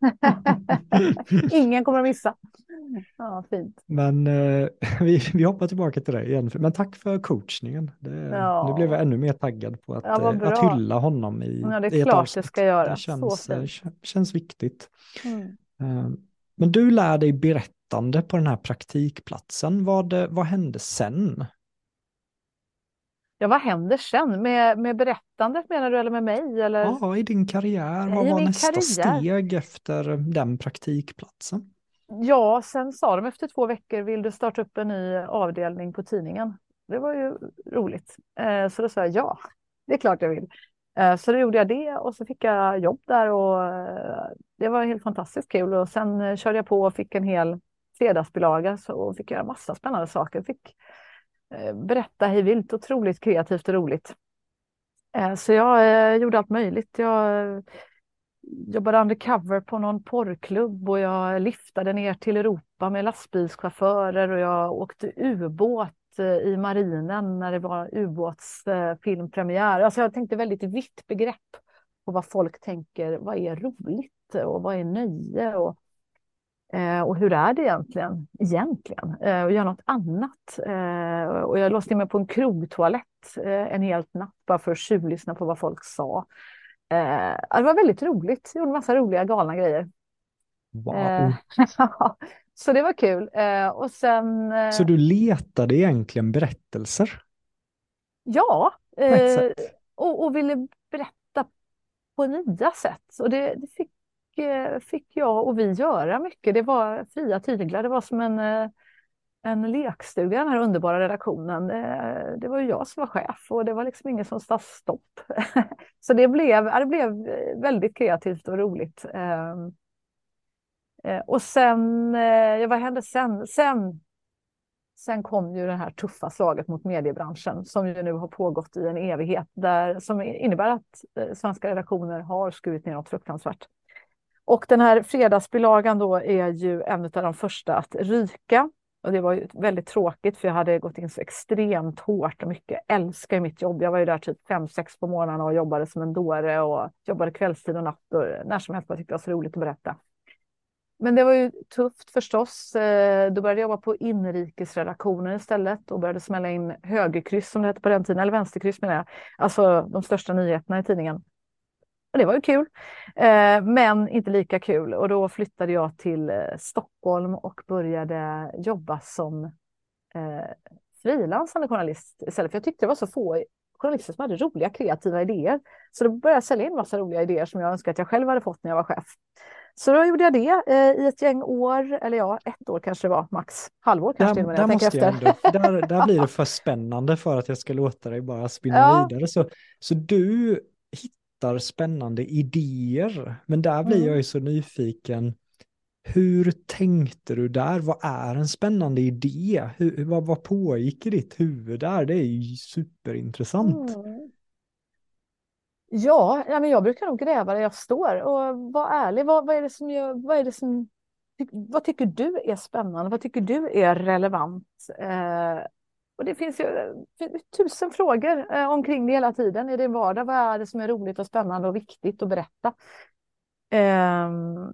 Ingen kommer att missa. Ja, fint. Men eh, vi, vi hoppar tillbaka till dig igen. Men tack för coachningen. Det, nu blev jag Ja, ännu mer taggad på att, ja, vad eh, att bra. hylla honom i, Ja, det är i ett klart det ska avsnitt. Det göra. Så känns, eh, fint. k- känns viktigt. Mm. Eh, Men du lär dig berättande på den här praktikplatsen. Vad, eh, vad hände sen? Ja, vad händer sen? Med, med berättandet menar du eller med mig? Eller? Ja, i din karriär, vad I var min nästa karriär? steg efter den praktikplatsen? Ja, sen sa de efter två veckor, vill du starta upp en ny avdelning på tidningen? Det var ju roligt. Eh, så då sa jag ja, det är klart jag vill. Eh, så då gjorde jag det och så fick jag jobb där och eh, det var helt fantastiskt kul. Och sen eh, körde jag på och fick en hel fredagsbilaga så, och fick göra massa spännande saker. Fick eh, berätta hej vilt, otroligt kreativt och roligt. Eh, så jag eh, gjorde allt möjligt. Jag eh, jobbade undercover på någon porrklubb och jag liftade ner till Europa med lastbilschaufförer och jag åkte ubåt eh, i marinen när det var ubåtsfilmpremiär. Alltså jag tänkte väldigt vitt begrepp på vad folk tänker, vad är roligt och vad är nöje och, eh, och hur är det egentligen, egentligen eh, och göra något annat. Eh, och jag låste in mig på en krogtoalett eh, en hel natt bara för att tjuvlyssna på vad folk sa. Eh, det var väldigt roligt. Jag gjorde massa roliga galna grejer. Eh, Wow. så det var kul. Eh, och sen, Så eh, du letade egentligen berättelser ja, på ett eh, sätt? och, och ville berätta på nya sätt. Och det, det fick, eh, fick jag och vi göra mycket. Det var fria tyglar. Det var som en, eh, en lekstuga, den här underbara redaktionen. Det, det var ju jag som var chef och det var liksom ingen som sa stopp. Så det blev, ja, det blev väldigt kreativt och roligt. Eh, Eh, och sen, eh, ja, vad hände sen? sen? Sen kom ju det här tuffa slaget mot mediebranschen som ju nu har pågått i en evighet där, som innebär att eh, svenska redaktioner har skurit ner något fruktansvärt. Och den här fredagsbilagan då är ju en av de första att ryka. Och det var ju väldigt tråkigt för jag hade gått in så extremt hårt och mycket. Älskar mitt jobb. Jag var ju där typ fem, sex på morgonen och jobbade som en dåre och jobbade kvällstid och natt och när som helst. Jag tyckte det var så roligt att berätta. Men det var ju tufft förstås. Eh, Då började jag jobba på inrikesredaktionen istället och började smälla in högerkryss som det hette på den tiden, eller vänsterkryss menar jag. Alltså de största nyheterna i tidningen. Och det var ju kul, eh, men inte lika kul. Och då flyttade jag till eh, Stockholm och började jobba som eh, frilansande journalist istället. För jag tyckte det var så få journalister som hade roliga kreativa idéer. Så då började jag sälja in massa roliga idéer som jag önskade att jag själv hade fått när jag var chef. Så då gjorde jag det eh, i ett gäng år, eller ja, ett år kanske det var, max halvår kanske Där, till och med, när där jag tänker måste jag efter. ändå, där, där blir det för spännande för att jag ska låta dig bara spinna Ja, vidare. Så, så du hittar spännande idéer, men där blir jag mm. ju så nyfiken. Hur tänkte du där? Vad är en spännande idé? Hur, vad, vad pågick i ditt huvud där? Det är ju superintressant. Mm. Ja, ja, men jag brukar nog gräva där jag står och vara ärlig. Vad, vad är det som gör, vad är det som, ty, vad tycker du är spännande? Vad tycker du är relevant? Eh, och det finns ju eh, tusen frågor eh, omkring det hela tiden i din vardag. Vad är det som är roligt och spännande och viktigt att berätta? Ehm,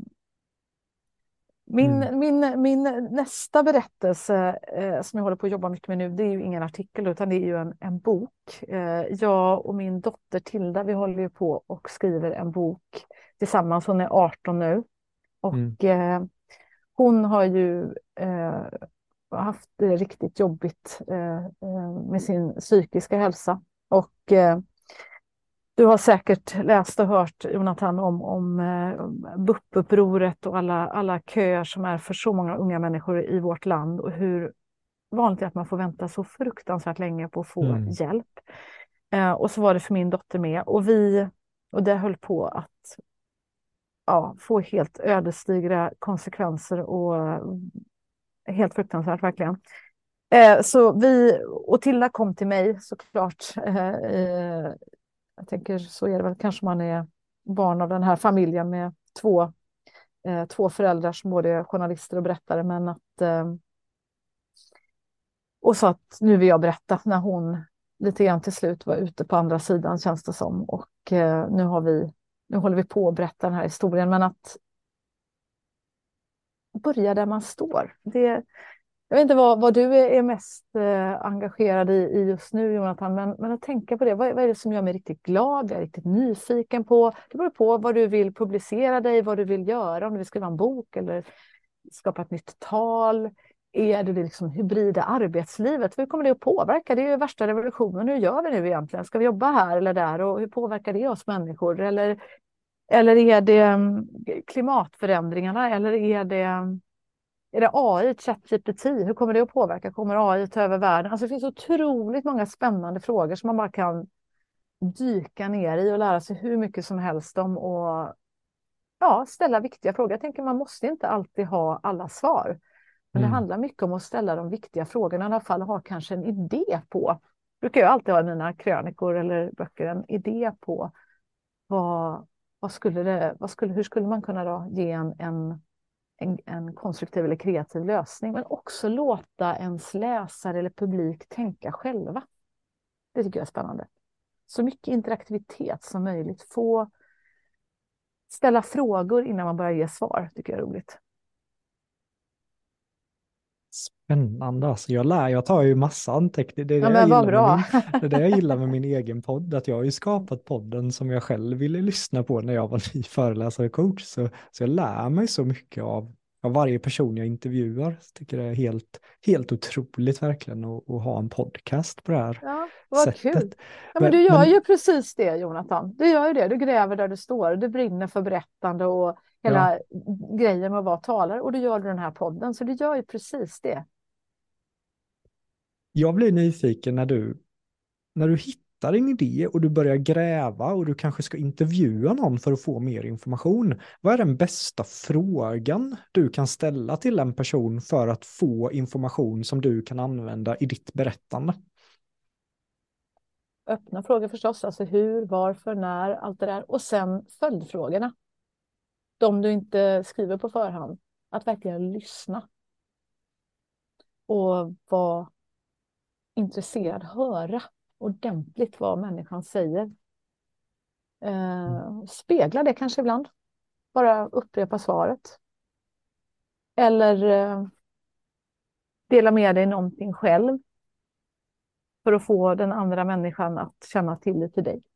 Mm. Min, min, min nästa berättelse eh, som jag håller på att jobba mycket med nu, det är ju ingen artikel utan det är ju en, en bok. Eh, jag och min dotter Tilda, vi håller ju på och skriver en bok tillsammans. Hon är arton nu Mm. och eh, hon har ju eh, haft det riktigt jobbigt eh, eh, med sin psykiska hälsa. Och eh, du har säkert läst och hört, Jonathan, om, om eh, B U P-upproret och alla, alla köer som är för så många unga människor i vårt land och hur vanligt det är att man får vänta så fruktansvärt länge på att få Mm. hjälp. Eh, och så var det för min dotter med och vi, och det höll på att ja, få helt ödesdigra konsekvenser och eh, helt fruktansvärt verkligen. Eh, så vi, och Tilda kom till mig såklart. Eh, eh, Jag tänker så är det väl, kanske man är barn av den här familjen med två, eh, två föräldrar som både är journalister och berättare, men att eh, och sa att nu vill jag berätta, när hon lite grann till slut var ute på andra sidan, känns det som. Och eh, nu har vi, nu håller vi på att berätta den här historien. Men att börja där man står. Det, jag vet inte vad, vad du är mest eh, engagerad i, i just nu, Jonathan, men, men att tänka på det. Vad, vad är det som gör mig riktigt glad? Jag är riktigt nyfiken på. Det beror på vad du vill publicera dig, vad du vill göra, om du vill skriva en bok eller skapa ett nytt tal. Är det liksom hybrida arbetslivet? Hur kommer det att påverka? Det är ju värsta revolutionen. Hur gör vi nu egentligen? Ska vi jobba här eller där? Och hur påverkar det oss människor? Eller, eller är det mm, klimatförändringarna? Eller är det, är det A I, ChatGPT? Hur kommer det att påverka? Kommer A I ta över världen? Alltså det finns otroligt många spännande frågor som man bara kan dyka ner i och lära sig hur mycket som helst om. Och ja, ställa viktiga frågor. Jag tänker man måste inte alltid ha alla svar. Men Mm. det handlar mycket om att ställa de viktiga frågorna. I alla fall ha kanske en idé på. Brukar jag alltid ha i mina krönikor eller böcker en idé på. Vad, vad skulle det, vad skulle, hur skulle man kunna då ge en, en, en, en konstruktiv eller kreativ lösning. Men också låta ens läsare eller publik tänka själva. Det tycker jag är spännande. Så mycket interaktivitet som möjligt. Få ställa frågor innan man börjar ge svar. Tycker jag är roligt. Spännande. Alltså jag lär, jag tar ju massa anteckningar. Det är det, Ja, jag men vad gillar med bra. min, det är det jag gillar med min egen podd. Att jag har ju skapat podden som jag själv ville lyssna på när jag var ny föreläsare och coach. Så, så jag lär mig så mycket av, av varje person jag intervjuar. Jag tycker det är helt, helt otroligt verkligen att, att ha en podcast på det här Ja, vad sättet. kul. Ja, men Men, du gör men ju precis det, Jonathan. Du gör ju det. Du gräver där du står. Du brinner för berättande och ja, hela grejen med att vara talare. Och du gör den här podden. Så du gör ju precis det. jag blir nyfiken när du, när du hittar en idé och du börjar gräva och du kanske ska intervjua någon för att få mer information. Vad är den bästa frågan du kan ställa till en person för att få information som du kan använda i ditt berättande? Öppna frågor förstås. Alltså hur, varför, när, allt det där. Och sen följdfrågorna. De du inte skriver på förhand. Att verkligen lyssna. Och vara intresserad. Höra ordentligt vad människan säger. Eh, spegla det kanske ibland. Bara upprepa svaret. Eller eh, dela med dig någonting själv. För att få den andra människan att känna tillit till dig.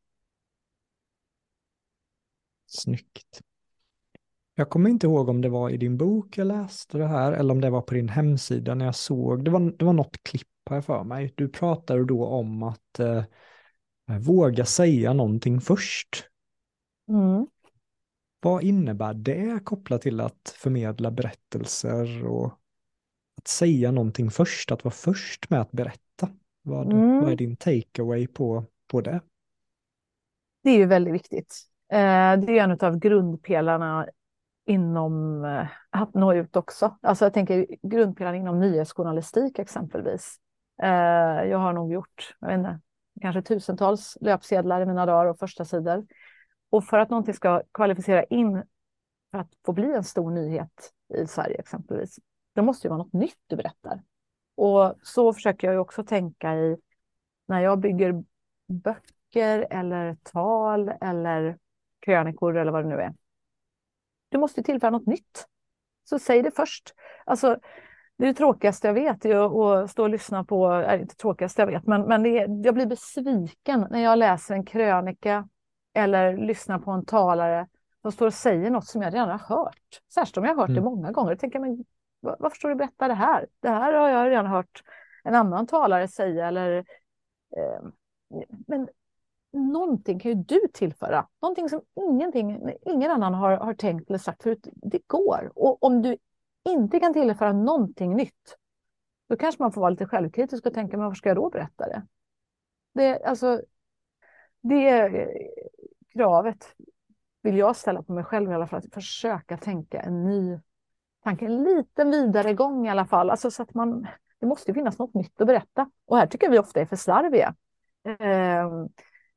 Snyggt. Jag kommer inte ihåg om det var i din bok jag läste det här eller om det var på din hemsida när jag såg. Det var, det var något klipp här för mig. Du pratade då om att eh, våga säga någonting först. Mm. Vad innebär det kopplat till att förmedla berättelser och att säga någonting först, att vara först med att berätta? Vad, Mm. vad är din takeaway på, på det? Det är ju väldigt viktigt. Eh, det är en av grundpelarna inom eh, att nå ut också. Alltså jag tänker grundpelaren inom nyhetsjournalistik exempelvis. Eh, jag har nog gjort, jag vet inte, kanske tusentals löpsedlar i mina dagar och första sidor. Och för att någonting ska kvalificera in för att få bli en stor nyhet i Sverige exempelvis, då måste det vara något nytt du berättar. Och så försöker jag ju också tänka i när jag bygger böcker eller tal eller krönikor eller vad det nu är. Du måste tillföra något nytt. Så säg det först. Alltså, det är det tråkigaste jag vet är att stå och lyssna på, är inte tråkigaste jag vet, men, men det är, jag blir besviken när jag läser en krönika eller lyssnar på en talare som står och säger något som jag redan har hört. Särskilt om jag har hört Mm. det många gånger. Jag tänker, men varför står du och berättar det här? Det här har jag redan hört en annan talare säga. Eller, eh, men någonting kan ju du tillföra. Någonting som ingenting, ingen annan har, har tänkt eller sagt förut. Det går. Och om du inte kan tillföra någonting nytt, då kanske man får vara lite självkritisk och tänka, men varför ska jag då berätta det? Det, alltså, det kravet vill jag ställa på mig själv i alla fall. Att försöka tänka en ny tanke, en liten vidare gång i alla fall. Alltså så att man, det måste finnas något nytt att berätta. Och här tycker vi ofta är för slarviga. Eh,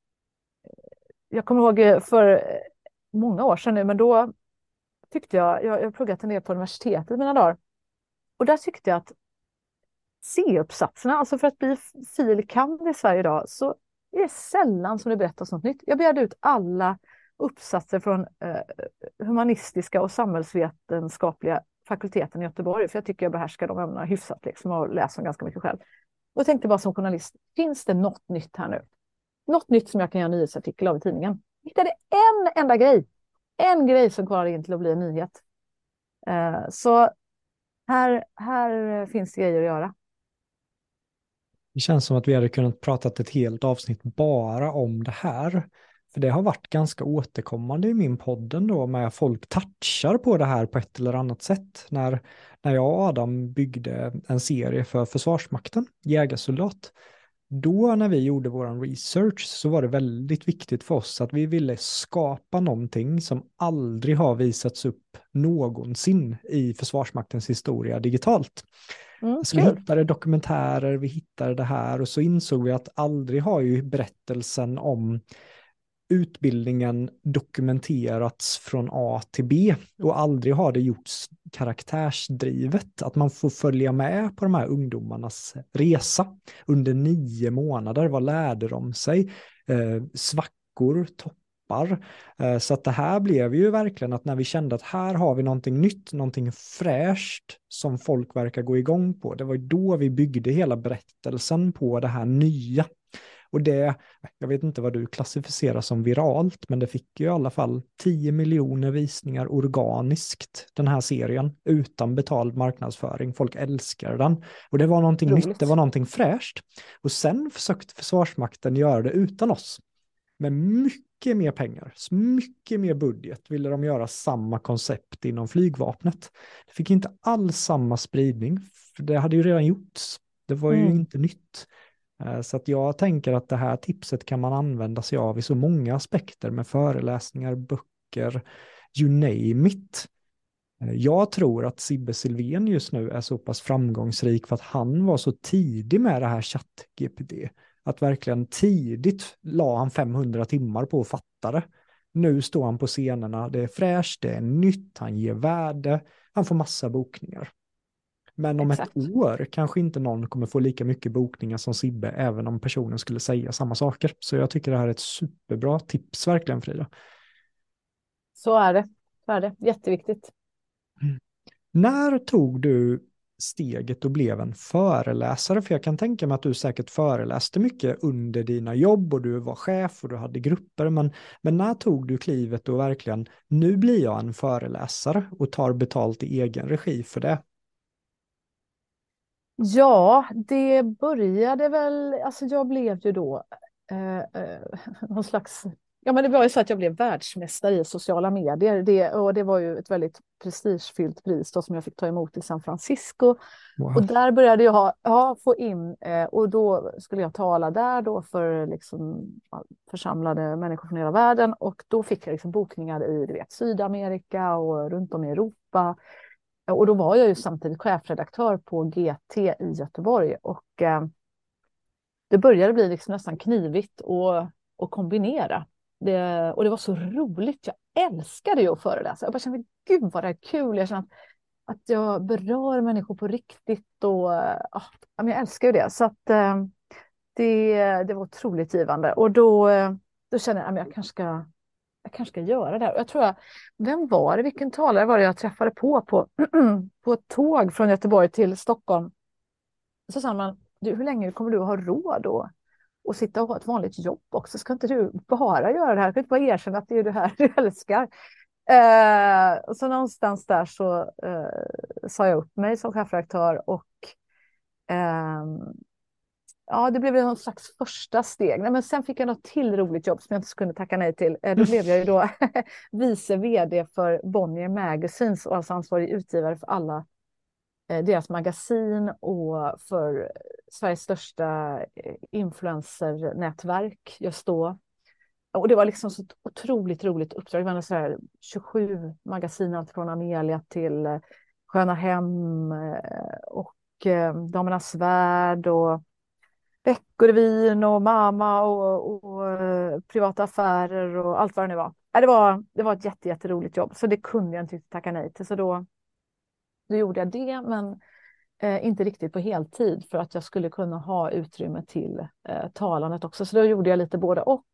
jag kommer ihåg för många år sedan nu, men då tyckte jag, jag har pluggat en del på universitetet i mina dagar. Och där tyckte jag att C-uppsatserna, alltså för att bli fil. kand. I Sverige idag, så är det sällan som det berättas något nytt. Jag begärde ut alla uppsatser från eh, humanistiska och samhällsvetenskapliga fakulteten i Göteborg, för jag tycker jag behärskar de ämnena hyfsat liksom, och läser dem ganska mycket själv. Och jag tänkte bara som journalist, finns det något nytt här nu? Något nytt som jag kan göra en nyhetsartikel av i tidningen? Jag hittade en enda grej. En grej som kvarar in till att bli en nyhet. Eh, så här, här finns det grejer att göra. Det känns som att vi hade kunnat prata ett helt avsnitt bara om det här. För det har varit ganska återkommande i min podden då, med att folk touchar på det här på ett eller annat sätt. När, när jag och Adam byggde en serie för Försvarsmakten, Jägarsoldat, då när vi gjorde vår research så var det väldigt viktigt för oss att vi ville skapa någonting som aldrig har visats upp någonsin i Försvarsmaktens historia digitalt. Mm, Så vi kul. hittade dokumentärer, vi hittade det här och så insåg vi att aldrig har ju berättelsen om utbildningen dokumenterats från A till B och aldrig har det gjorts karaktärsdrivet, att man får följa med på de här ungdomarnas resa under nio månader. Vad lärde de sig? Eh, svackor, toppar. Eh, så att det här blev ju verkligen att när vi kände att här har vi någonting nytt, någonting fräscht som folk verkar gå igång på. Det var då vi byggde hela berättelsen på det här nya. Och det, jag vet inte vad du klassificerar som viralt, men det fick ju i alla fall tio miljoner visningar organiskt, den här serien, utan betald marknadsföring. Folk älskar den. Och det var någonting Roligt. nytt, det var någonting fräscht. Och sen försökte Försvarsmakten göra det utan oss. Med mycket mer pengar, mycket mer budget ville de göra samma koncept inom flygvapnet. Det fick inte alls samma spridning, för det hade ju redan gjorts. Det var ju Mm. inte nytt. Så att jag tänker att det här tipset kan man använda sig av i så många aspekter med föreläsningar, böcker, you name it. Jag tror att Sibbe Silvén just nu är så pass framgångsrik för att han var så tidig med det här ChatGPT. Att verkligen tidigt la han femhundra timmar på att fatta det. Nu står han på scenerna, det är fräscht, det är nytt, han ger värde, han får massa bokningar. Men om Exakt. ett år kanske inte någon kommer få lika mycket bokningar som Sibbe, även om personen skulle säga samma saker. Så jag tycker det här är ett superbra tips, verkligen, Frida. Så är det. Så är det. Jätteviktigt. Mm. När tog du steget och blev en föreläsare? För jag kan tänka mig att du säkert föreläste mycket under dina jobb och du var chef och du hade grupper. Men, men när tog du klivet och verkligen, nu blir jag en föreläsare och tar betalt i egen regi för det? Ja, det började väl, alltså jag blev ju då eh, eh, någon slags, ja men det var ju så att jag blev världsmästare i sociala medier, det, och det var ju ett väldigt prestigefyllt pris då, som jag fick ta emot i San Francisco. Wow. Och där började jag ha, ja, få in, eh, och då skulle jag tala där då för liksom församlade människor från hela världen, och då fick jag liksom bokningar i, du vet, Sydamerika och runt om i Europa. Och då var jag ju samtidigt chefredaktör på G T i Göteborg, och eh, det började bli liksom nästan knivigt att, att kombinera. Det, och det var så roligt, jag älskade ju att föreläsa. Jag bara kände, gud vad det är kul, jag kände att, att jag berör människor på riktigt, och ja, jag älskar ju det. Så att eh, det, det var otroligt givande, och då, då kände jag att jag kanske ska Jag kanske ska göra det här. Jag tror jag, vem var det, vilken talare var det jag träffade på på, på ett tåg från Göteborg till Stockholm? Så sa man, du, hur länge kommer du att ha råd att, att sitta och ha ett vanligt jobb också? Ska inte du bara göra det här? Kan inte bara erkänna att det är det här du älskar? Eh, och så någonstans där så eh, sa jag upp mig som chefredaktör, och eh, ja, det blev någon slags första steg. Nej, men sen fick jag något till roligt jobb som jag inte kunde tacka nej till. Då blev jag ju då vice vd för Bonnier Magazines, och alltså ansvarig utgivare för alla eh, deras magasin och för Sveriges största influencernätverk just då. Och det var liksom så otroligt roligt uppdrag. Det var så här tjugosju magasin, allt från Amelia till eh, Sköna Hem eh, och eh, Damernas Värld och Veckorevyn och Mamma och, och, och uh, privata affärer och allt vad det nu var. Äh, det var. Det var ett jätte, jätteroligt jobb, så det kunde jag inte tacka nej till. Så då, då gjorde jag det, men Eh, inte riktigt på heltid för att jag skulle kunna ha utrymme till eh, talandet också. Så då gjorde jag lite både och.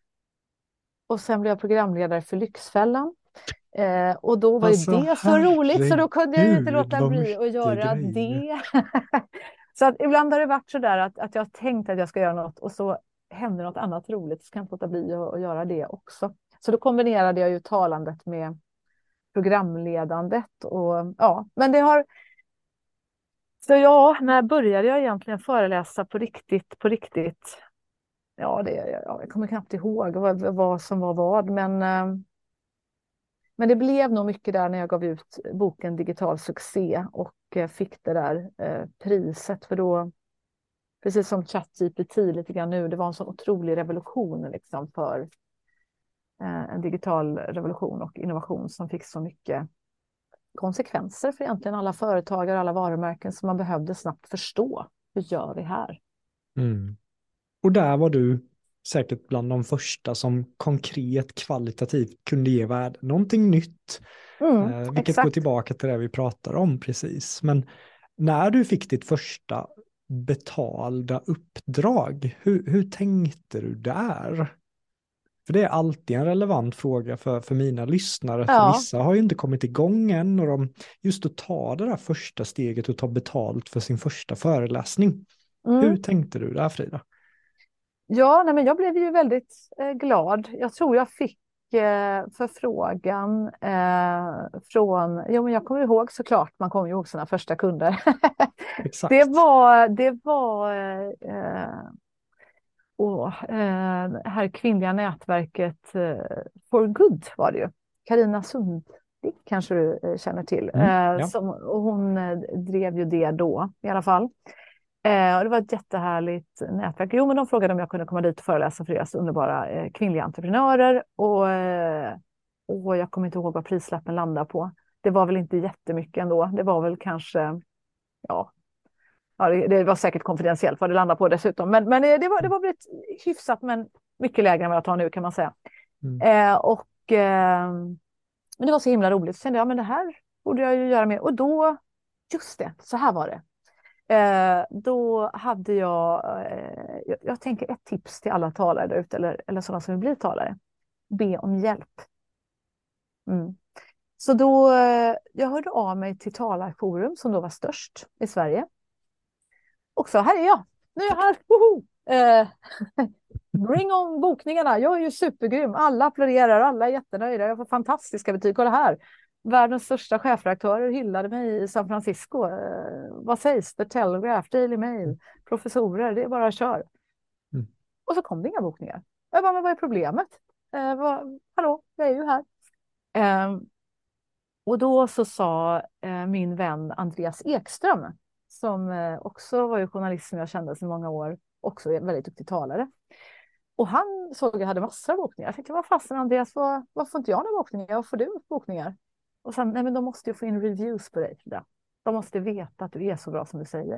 Och sen blev jag programledare för Lyxfällan. Eh, och då var ju Alltså det så roligt så då kunde jag ju inte herregud låta vad bli att mycket göra grejer. det. Så att ibland har det varit så där att, att jag har tänkt att jag ska göra något och så händer något annat roligt så kan jag inte låta bli att, att göra det också. Så då kombinerade jag ju talandet med programledandet och ja, men det har. Så ja, när började jag egentligen föreläsa på riktigt, på riktigt? Ja, det, ja, jag kommer knappt ihåg vad, vad som var vad, men, eh, men det blev nog mycket där när jag gav ut boken Digital succé och eh, fick det där eh, priset. För då, precis som ChatGPT lite grann nu, det var en sån otrolig revolution liksom för eh, en digital revolution och innovation som fick så mycket konsekvenser för egentligen alla företagare och alla varumärken som man behövde snabbt förstå. Hur gör vi här? Mm. Och där var du säkert bland de första som konkret kvalitativt kunde ge värde. Någonting nytt, Mm, eh, vilket går exakt. tillbaka till det vi pratar om precis. Men när du fick ditt första betalda uppdrag, hur, hur tänkte du där? För det är alltid en relevant fråga för, för mina lyssnare, för Ja. vissa har ju inte kommit igång än och de just att ta det där första steget och ta betalt för sin första föreläsning. Hur Mm. tänkte du där, Frida? Ja, nej, men jag blev ju väldigt eh, glad. Jag tror jag fick eh, förfrågan eh, från, jo men jag kommer ihåg såklart, man kommer ihåg sina första kunder. Det Exakt. var, det var eh, och, eh, det här kvinnliga nätverket eh, For Good var det ju. Carina Sundvik kanske du eh, känner till. Mm, Eh, ja. som, och hon eh, drev ju det då i alla fall. Eh, och det var ett jättehärligt nätverk. Jo, men de frågade om jag kunde komma dit och föreläsa för deras underbara eh, kvinnliga entreprenörer. Och, eh, och jag kommer inte ihåg vad prislappen landade på. Det var väl inte jättemycket ändå. Det var väl kanske, ja, ja det, det var säkert konfidentiellt vad det landade på dessutom. Men, men eh, det var, det var väl ett hyfsat, men mycket lägre än vad jag tar nu kan man säga. Mm. Eh, och, eh, men det var så himla roligt. Så kände jag, men det här borde jag ju göra mer. Och då, just det, så här var det. Eh, då hade jag, eh, jag, jag tänker ett tips till alla talare där ute, eller, eller sådana som vill bli talare. Be om hjälp. Mm. Så då, eh, jag hörde av mig till Talarforum som då var störst i Sverige. Och så, här är jag, nu är jag här, woho! Eh, bring on bokningarna, jag är ju supergrym, alla applåderar, alla är jättenöjda, jag får fantastiska betyg, kolla här. Världens största chefredaktörer hyllade mig i San Francisco. Eh, vad sägs? The Telegraph, Daily Mail, professorer, det är bara att köra. Mm. Och så kom det inga bokningar. Jag bara, men vad är problemet? Eh, vad, hallå, jag är ju här. Eh, och då så sa eh, min vän Andreas Ekström, som eh, också var ju journalist som jag kände sedan många år, också en väldigt duktig talare. Och han såg att jag hade massor av bokningar. Jag tänkte, vad fasen Andreas, vad, vad får inte jag några bokningar? Vad får du bokningar? Och sen, nej men de måste ju få in reviews på dig. Frida. De måste veta att du är så bra som du säger.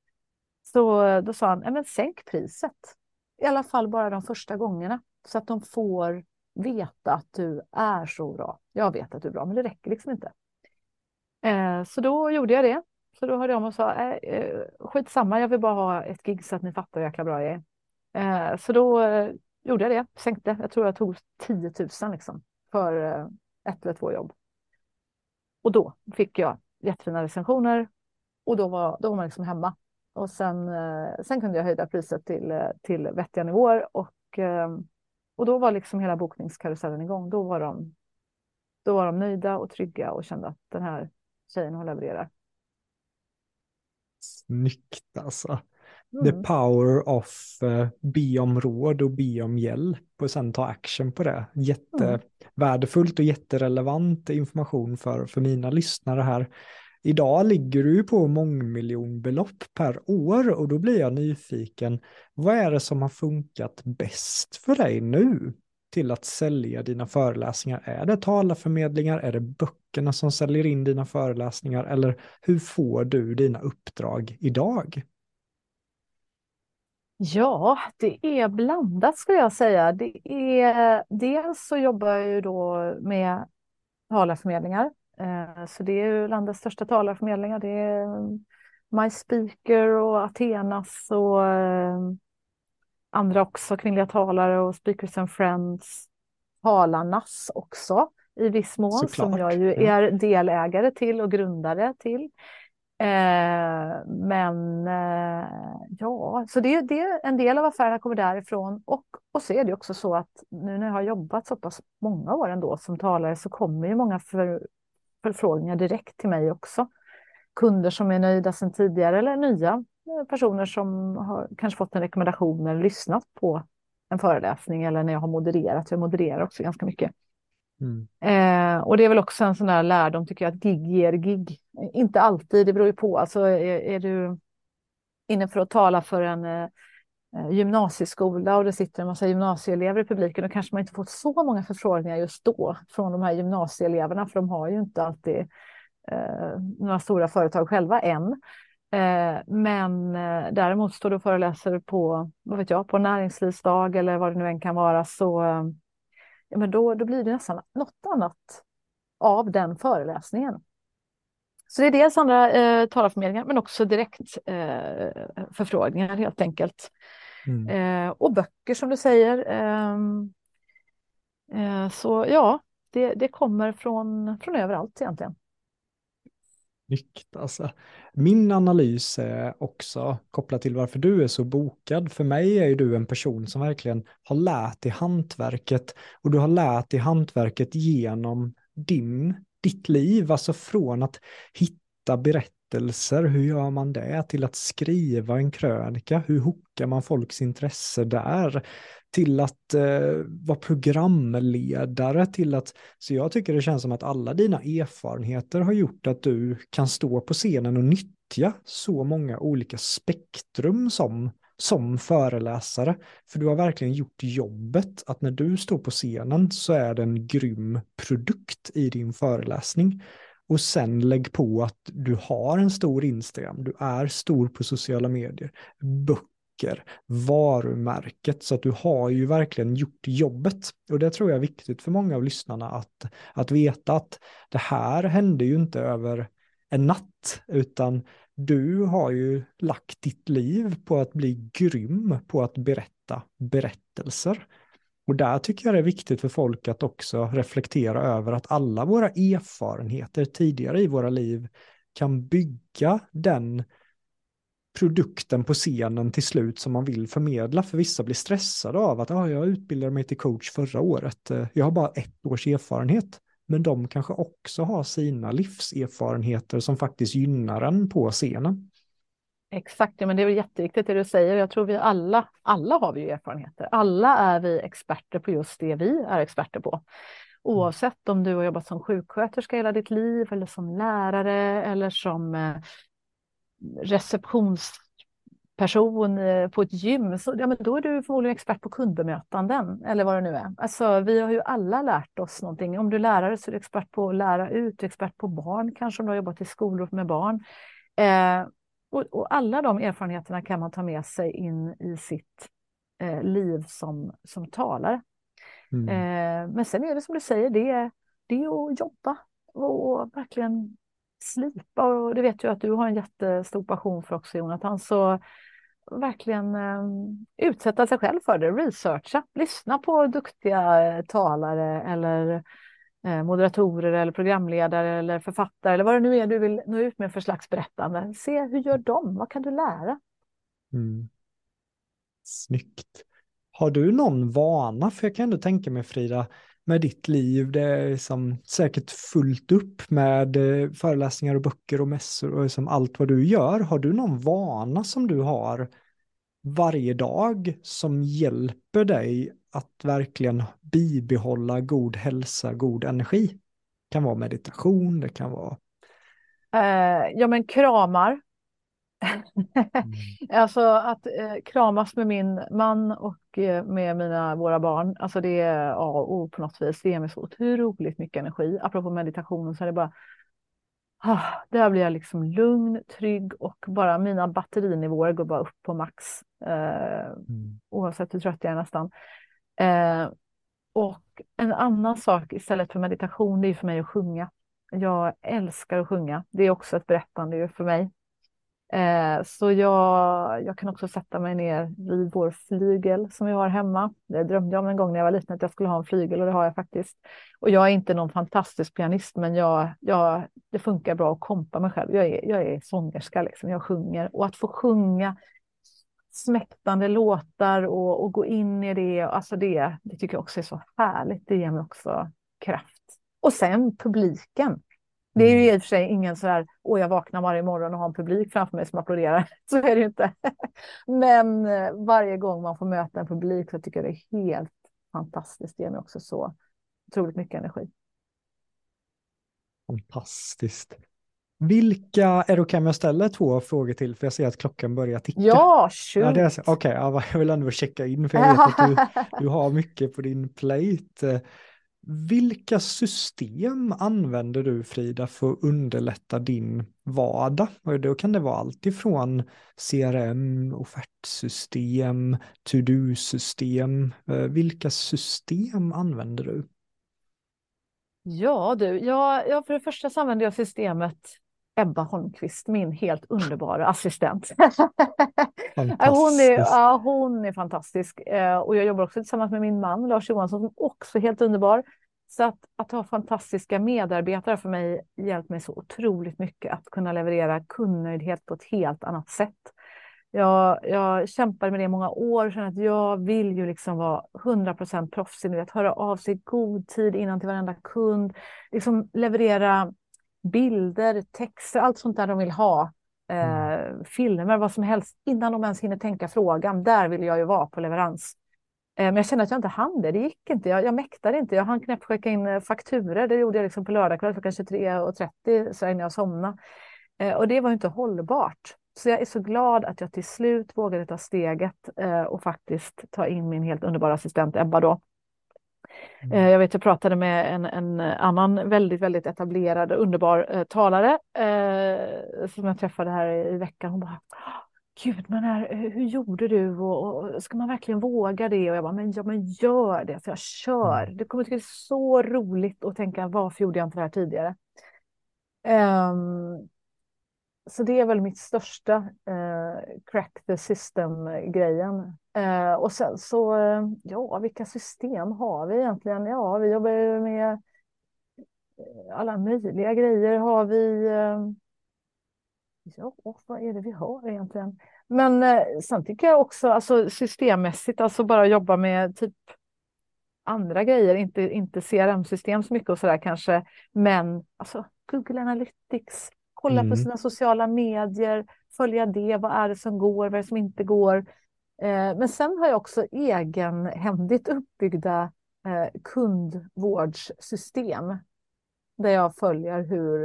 Så då sa han, nej men sänk priset. I alla fall bara de första gångerna. Så att de får veta att du är så bra. Jag vet att du är bra, men det räcker liksom inte. Eh, så då gjorde jag det. Så då hörde jag mig och sa, eh, skitsamma, jag vill bara ha ett gig så att ni fattar hur jäkla bra jag är. Eh, så då eh, gjorde jag det, sänkte. Jag tror jag tog tio tusen liksom, för eh, ett eller två jobb. Och då fick jag jättefina recensioner och då var, då var man liksom hemma. Och sen, eh, sen kunde jag höja priset till, eh, till vettiga nivåer och, eh, och då var liksom hela bokningskarusellen igång. Då var, de, då var de nöjda och trygga och kände att den här tjejen har levererar. Snyggt alltså. The Mm. power of uh, be om råd och be om hjälp och sen ta action på det. Jättevärdefullt och jätterelevant information för, för mina lyssnare här. Idag ligger du ju på mångmiljonbelopp per år och då blir jag nyfiken. Vad är det som har funkat bäst för dig nu till att sälja dina föreläsningar? Är det talarförmedlingar? Är det böckerna som säljer in dina föreläsningar? Eller hur får du dina uppdrag idag? Ja, det är blandat skulle jag säga. Det är, dels så jobbar jag ju då med talarförmedlingar. Eh, så det är ju landets största talarförmedlingar. Det är My Speaker och Athenas och eh, andra också, kvinnliga talare och Speakers and Friends. Talarnas också i viss mån, som jag Såklart. ju Ja. är delägare till och grundare till. Eh, men eh, ja, så det, det en del av affärerna kommer därifrån, och, och så är det också så att nu när jag har jobbat så pass många år ändå som talare, så kommer ju många för, förfrågningar direkt till mig också. Kunder som är nöjda sedan tidigare eller nya personer som har kanske fått en rekommendation eller lyssnat på en föreläsning, eller när jag har modererat. Jag modererar också ganska mycket. Mm. Eh, och det är väl också en sån där lärdom, tycker jag, att gig ger gig. Inte alltid, det beror ju på. Alltså är, är du inne för att tala för en eh, gymnasieskola och det sitter en massa gymnasieelever i publiken, då kanske man inte får så många förfrågningar just då från de här gymnasieeleverna, för de har ju inte alltid eh, några stora företag själva än. Eh, men eh, däremot står du och föreläser på, vad vet jag, på näringslivsdag eller vad det nu än kan vara, så eh, ja, men då, då blir det nästan något annat av den föreläsningen. Så det är dels andra eh, talarförmedlingar, men också direkt eh, förfrågningar helt enkelt. Mm. Eh, och böcker som du säger. Eh, eh, så ja, det, det kommer från, från överallt egentligen. Snyggt, alltså. Min analys är också kopplat till varför du är så bokad. För mig är ju du en person som verkligen har lärt i hantverket, och du har lärt i hantverket genom din, ditt liv, alltså från att hitta berättelser, hur gör man det, till att skriva en krönika, hur hookar man folks intresse där, till att eh, vara programledare, till att, så jag tycker det känns som att alla dina erfarenheter har gjort att du kan stå på scenen och nyttja så många olika spektrum som, som föreläsare. För du har verkligen gjort jobbet att när du står på scenen så är det en grym produkt i din föreläsning. Och sen lägg på att du har en stor Instagram, du är stor på sociala medier, böcker, varumärket, så att du har ju verkligen gjort jobbet. Och det tror jag är viktigt för många av lyssnarna att, att veta, att det här hände ju inte över en natt, utan du har ju lagt ditt liv på att bli grym på att berätta berättelser. Och där tycker jag det är viktigt för folk att också reflektera över att alla våra erfarenheter tidigare i våra liv kan bygga den produkten på scenen till slut som man vill förmedla. För vissa blir stressade av att ah, jag utbildade mig till coach förra året. Jag har bara ett års erfarenhet. Men de kanske också har sina livserfarenheter som faktiskt gynnar en på scenen. Exakt, ja, men det är jätteviktigt det du säger. Jag tror vi alla, alla har vi ju erfarenheter. Alla är vi experter på just det vi är experter på. Oavsett om du har jobbat som sjuksköterska hela ditt liv, eller som lärare, eller som eh, receptionsperson eh, på ett gym. Så, ja, men då är du förmodligen expert på kundbemötanden, eller vad det nu är. Alltså, vi har ju alla lärt oss någonting. Om du är lärare så är du expert på att lära ut, du är expert på barn, kanske om du har jobbat i skolor med barn. Eh, Och, och alla de erfarenheterna kan man ta med sig in i sitt eh, liv som, som talare. Mm. Eh, men sen är det som du säger, det är, det är att jobba och, och verkligen slipa. Och det vet jag att du har en jättestor passion för också, Jonathan. Så verkligen eh, utsätta sig själv för det, researcha, lyssna på duktiga eh, talare eller eh, moderatorer eller programledare eller författare eller vad det nu är du vill nå ut med för slags berättande. Se hur gör de, vad kan du lära? Mm. Snyggt. Har du någon vana? För jag kan ändå tänka mig, Frida, med ditt liv, det är som säkert fullt upp med eh, föreläsningar och böcker och mässor och liksom allt vad du gör. Har du någon vana som du har varje dag som hjälper dig att verkligen bibehålla god hälsa, god energi? Det kan vara meditation, det kan vara... Eh, ja, men kramar. Mm. Alltså att eh, kramas med min man och eh, med mina, våra barn. Alltså det är A och O på något vis. Det ger mig så otroligt mycket energi. Apropå meditationen så är det bara, ah, där blir jag liksom lugn, trygg, och bara mina batterinivåer går bara upp på max. Eh, Mm. oavsett hur trött jag är nästan. Eh, och en annan sak istället för meditation, det är för mig att sjunga. Jag älskar att sjunga. Det är också ett berättande ju för mig. Eh, så jag, jag kan också sätta mig ner vid vår flygel som vi har hemma. Det drömde jag om en gång när jag var liten att jag skulle ha en flygel, och det har jag faktiskt. Och jag är inte någon fantastisk pianist, men jag, jag, det funkar bra att kompa mig själv. Jag är, jag är sångerska, liksom. Jag sjunger. Och att få sjunga smäktande låtar och, och gå in i det, alltså det, det tycker jag också är så härligt. Det ger mig också kraft. Och sen publiken. Det är ju i och för sig ingen så här, åh jag vaknar varje morgon och har en publik framför mig som applåderar. Så är det ju inte. Men eh, varje gång man får möta en publik så tycker jag det är helt fantastiskt. Det ger mig också så otroligt mycket energi. Fantastiskt. Vilka, är det okej om jag ställer två frågor till? För jag ser att klockan börjar ticka. Ja, Ja, det är shoot. så. Okej, ja, jag vill ändå checka in för jag vet att du, du har mycket på din plate. Vilka system använder du, Frida, för att underlätta din vardag? Och då kan det vara allt ifrån C R M, offertsystem, to-do-system. Vilka system använder du? Ja, du. Ja, ja, för det första så använder jag systemet Ebba Holmqvist, min helt underbara assistent. Ja, hon är, Fantastiskt. ja, hon är fantastisk. Eh, och jag jobbar också tillsammans med min man, Lars Johansson, som också är helt underbar. Så att, att ha fantastiska medarbetare för mig hjälpt mig så otroligt mycket att kunna leverera kundnöjdhet på ett helt annat sätt. Jag, jag kämpade med det i många år och kände att jag vill ju liksom vara hundra procent proffsig, vet, höra av sig i god tid innan till varenda kund, liksom leverera bilder, texter, allt sånt där de vill ha, Mm. eh, filmer, vad som helst, innan de ens hinner tänka frågan. Där vill jag ju vara på leverans. Eh, men jag kände att jag inte hann det, det gick inte, jag, jag mäktade inte, jag hann knappt skicka in eh, fakturer, det gjorde jag liksom på lördagkväll klockan tjugotre och trettio så innan jag somnade. Eh, och det var inte hållbart. Så jag är så glad att jag till slut vågade ta steget eh, och faktiskt ta in min helt underbara assistent Ebba då. Eh, Mm. jag vet, jag pratade med en, en annan väldigt, väldigt etablerad, underbar eh, talare eh, som jag träffade här i, i veckan. Hon bara, gud, men här, hur gjorde du? Och, och ska man verkligen våga det? Och jag bara, men, ja, men gör det. Så jag kör. Mm. Det kommer tycka det är så roligt att tänka, varför gjorde jag inte det här tidigare? Um, Så det är väl mitt största eh, crack the system-grejen. Eh, och sen så, eh, ja, vilka system har vi egentligen? Ja, vi jobbar ju med eh, alla möjliga grejer. Har vi, eh, ja, vad är det vi har egentligen? Men eh, sen tycker jag också, alltså systemmässigt, alltså bara jobba med typ andra grejer, inte, inte C R M-system så mycket och sådär kanske, men alltså Google Analytics, kolla på Mm. sina sociala medier, följa det, vad är det som går, vad är det som inte går. Eh, men sen har jag också egenhändigt uppbyggda eh, kundvårdssystem där jag följer hur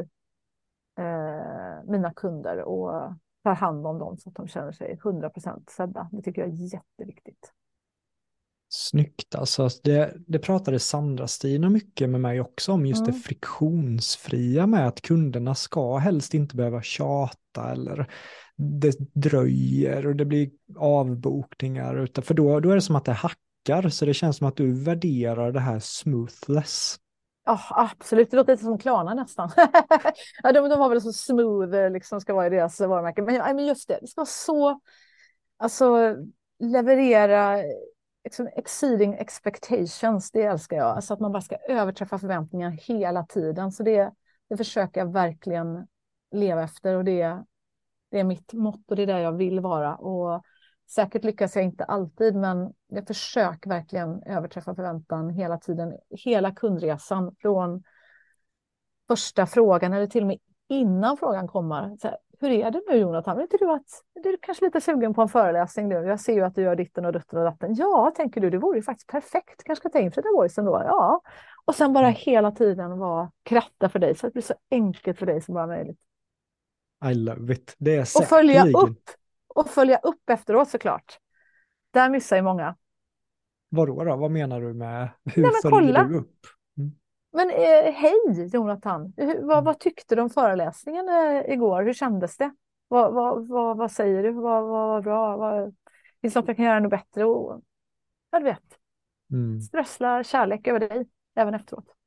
eh, mina kunder och tar hand om dem så att de känner sig hundra procent sedda. Det tycker jag är jätteviktigt. Snyggt, alltså det, det pratade Sandra-Stina mycket med mig också om, just det Mm. friktionsfria med att kunderna ska helst inte behöva tjata eller det dröjer och det blir avbokningar, utan, för då, då är det som att det hackar, så det känns som att du värderar det här smoothless. Ja, absolut. Det låter lite som Klarna nästan. Ja, de, de har väl så smooth, eh, liksom ska vara i deras varumärke. Men, ja, men just det, det ska vara så, alltså leverera liksom, exceeding expectations, det älskar jag. Alltså att man bara ska överträffa förväntningar hela tiden. Så det, det försöker jag verkligen leva efter och det, det är mitt motto, det är där jag vill vara. Och säkert lyckas jag inte alltid, men jag försöker verkligen överträffa förväntan hela tiden. Hela kundresan från första frågan eller till och med innan frågan kommer. Så här, hur är det nu, Jonathan? Vet du att du är kanske lite sugen på en föreläsning nu? Jag ser ju att du gör ditten och dutten och datten. Ja, tänker du, det vore ju faktiskt perfekt. Kanske ska ta in Frida Boisen då? Ja. Och sen bara hela tiden vara kratta för dig så att det blir så enkelt för dig som bara möjligt. I love it. Det är Och följa säkerligen. upp. Och följa upp efteråt såklart. Där missar ju många. Vadå då? Vad menar du med hur Nej, men följer kolla. du upp? Mm. Men eh, hej Jonathan, hur, vad, vad tyckte du om föreläsningen eh, igår? Hur kändes det? Vad, vad, vad, vad säger du? Vad vad var bra? Vad, finns det något jag kan göra ännu bättre? Och, jag vet, Mm. strössla kärlek över dig även efteråt.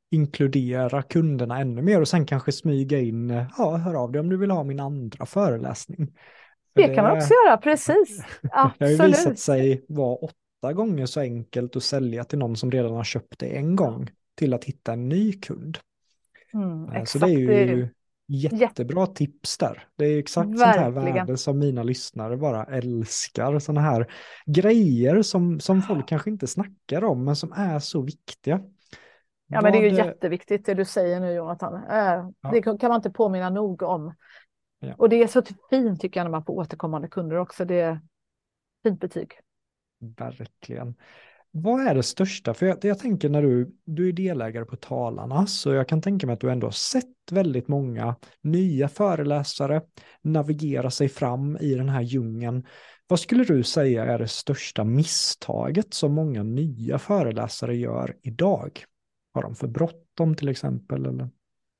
inkludera kunderna ännu mer och sen kanske smyga in, ja, hör av dig om du vill ha min andra föreläsning. För Det kan man också det, göra, precis. det har ju visat Absolut. sig vara åtta gånger så enkelt att sälja till någon som redan har köpt det en Ja. gång till att hitta en ny kund. Mm, Eh, Så det är exakt, det är ju jätte, jättebra tips där. Det är exakt sånt här verkligen. värde som mina lyssnare bara älskar. Såna här grejer som, som folk kanske inte snackar om men som är så viktiga. Ja, men det är ju Vad, jätteviktigt det du säger nu, Jonathan. Eh, ja, Det kan kan man inte påminna nog om. ja, Och det är så fint tycker jag när man får återkommande kunder också. Det är fint betyg. verkligen. Vad är det största? För jag, jag tänker när du, du är delägare på Talarna så jag kan tänka mig att du ändå har sett väldigt många nya föreläsare navigera sig fram i den här djungeln. Vad skulle du säga är det största misstaget som många nya föreläsare gör idag? Har de för bråttom till exempel? Eller?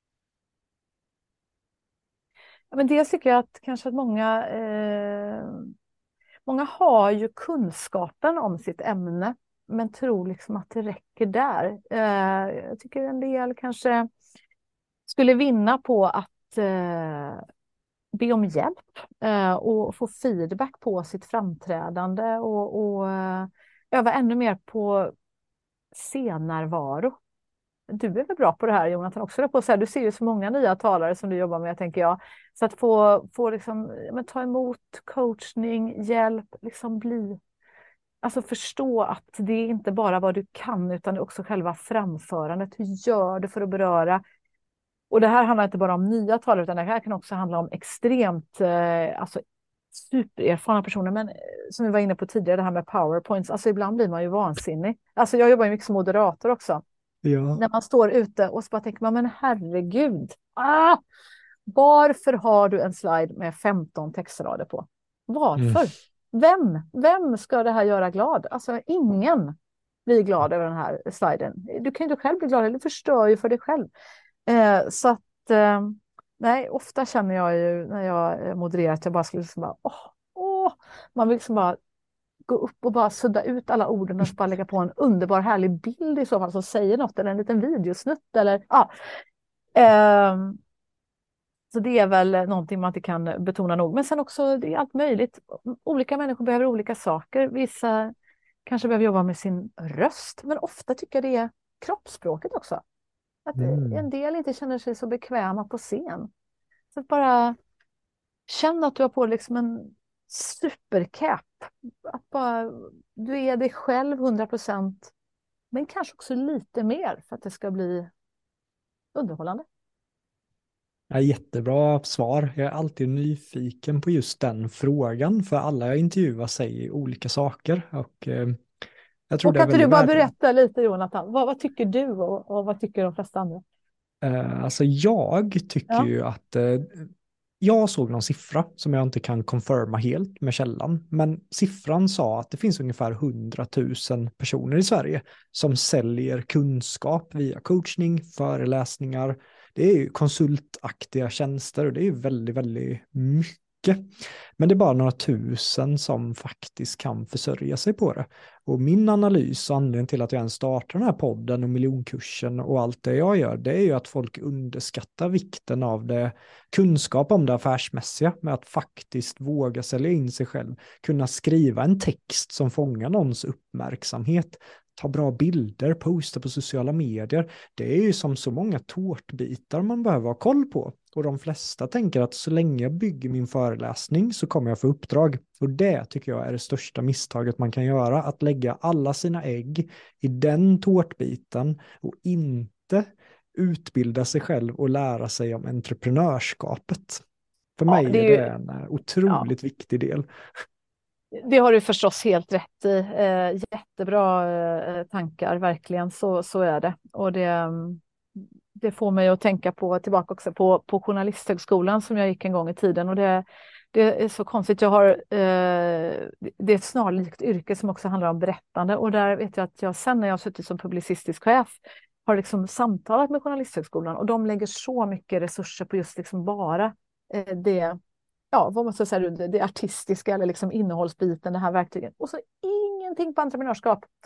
Ja, men dels tycker jag att kanske att många, eh, många har ju kunskapen om sitt ämne men tror liksom att det räcker där. Eh, jag tycker en del kanske skulle vinna på att eh, be om hjälp eh, och få feedback på sitt framträdande och, och eh, öva ännu mer på scennärvaro. Du är väl bra på det här, Jonathan, också på så här, du ser ju så många nya talare som du jobbar med, tänker jag. Så att få, få liksom, ja, men ta emot coachning, hjälp, liksom bli, alltså förstå att det är inte bara vad du kan utan det är också själva framförandet. Hur gör du för att beröra? Och det här handlar inte bara om nya talare utan det här kan också handla om extremt, eh, alltså supererfarna personer. Men eh, som vi var inne på tidigare, det här med powerpoints, alltså ibland blir man ju vansinnig. Alltså jag jobbar ju mycket som moderator också. Ja. När man står ute och så bara tänker man, men herregud, ah, varför har du en slide med femton textrader på? Mm. Varför? Vem? Vem ska det här göra glad? Alltså ingen blir glad över den här sliden. Du kan ju inte själv bli glad, eller du förstör ju för dig själv. Eh, så att, eh, nej, ofta känner jag ju när jag modererar att jag bara skulle liksom bara, åh, åh, man vill liksom bara gå upp och bara sudda ut alla orden och bara lägga på en underbar härlig bild i så fall som säger något eller en liten videosnutt eller ja. Ehm, så det är väl någonting man inte kan betona nog. Men sen också det är allt möjligt. Olika människor behöver olika saker. Vissa kanske behöver jobba med sin röst, men ofta tycker jag det är kroppsspråket också. Att Mm. en del inte känner sig så bekväma på scen. Så att bara känna att du har på liksom en supercap. Att bara, du är dig själv hundra procent, men kanske också lite mer för att det ska bli underhållande. Ja, jättebra svar. Jag är alltid nyfiken på just den frågan för alla jag intervjuar säger olika saker och eh, jag tror Och det är kan inte du väldigt bara värde. berätta lite, Jonathan? Vad, vad tycker du och, och vad tycker de flesta andra? Eh, alltså jag tycker Ja. ju att eh, jag såg någon siffra som jag inte kan confirma helt med källan, men siffran sa att det finns ungefär hundratusen personer i Sverige som säljer kunskap via coachning, föreläsningar. Det är ju konsultaktiga tjänster och det är ju väldigt, väldigt mycket. Men det är bara några tusen som faktiskt kan försörja sig på det. Och min analys och anledningen till att jag ens startar den här podden och miljonkursen och allt det jag gör, det är ju att folk underskattar vikten av det, kunskap om det affärsmässiga med att faktiskt våga sälja in sig själv, kunna skriva en text som fångar någons uppmärksamhet, ta bra bilder, posta på sociala medier. Det är ju som så många tårtbitar man behöver ha koll på. Och de flesta tänker att så länge jag bygger min föreläsning så kommer jag få uppdrag. Och det tycker jag är det största misstaget man kan göra. Att lägga alla sina ägg i den tårtbiten och inte utbilda sig själv och lära sig om entreprenörskapet. För Ja, mig det är är ju, det en eh, ja, otroligt viktig del. det har du förstås helt rätt i. Eh, jättebra eh, tankar, verkligen. Så, så är det. Och det, mm, det får mig att tänka på, tillbaka också på, på Journalisthögskolan som jag gick en gång i tiden. Och det, det är så konstigt. Jag har, eh, det är ett snarlikt yrke som också handlar om berättande. Och där vet jag att jag sen när jag har suttit som publicistisk chef har liksom samtalat med Journalisthögskolan. Och de lägger så mycket resurser på just liksom bara eh, det, ja, vad man ska säga, det, det artistiska eller liksom innehållsbiten, det här verktygen. Och så ingenting på entreprenörskap.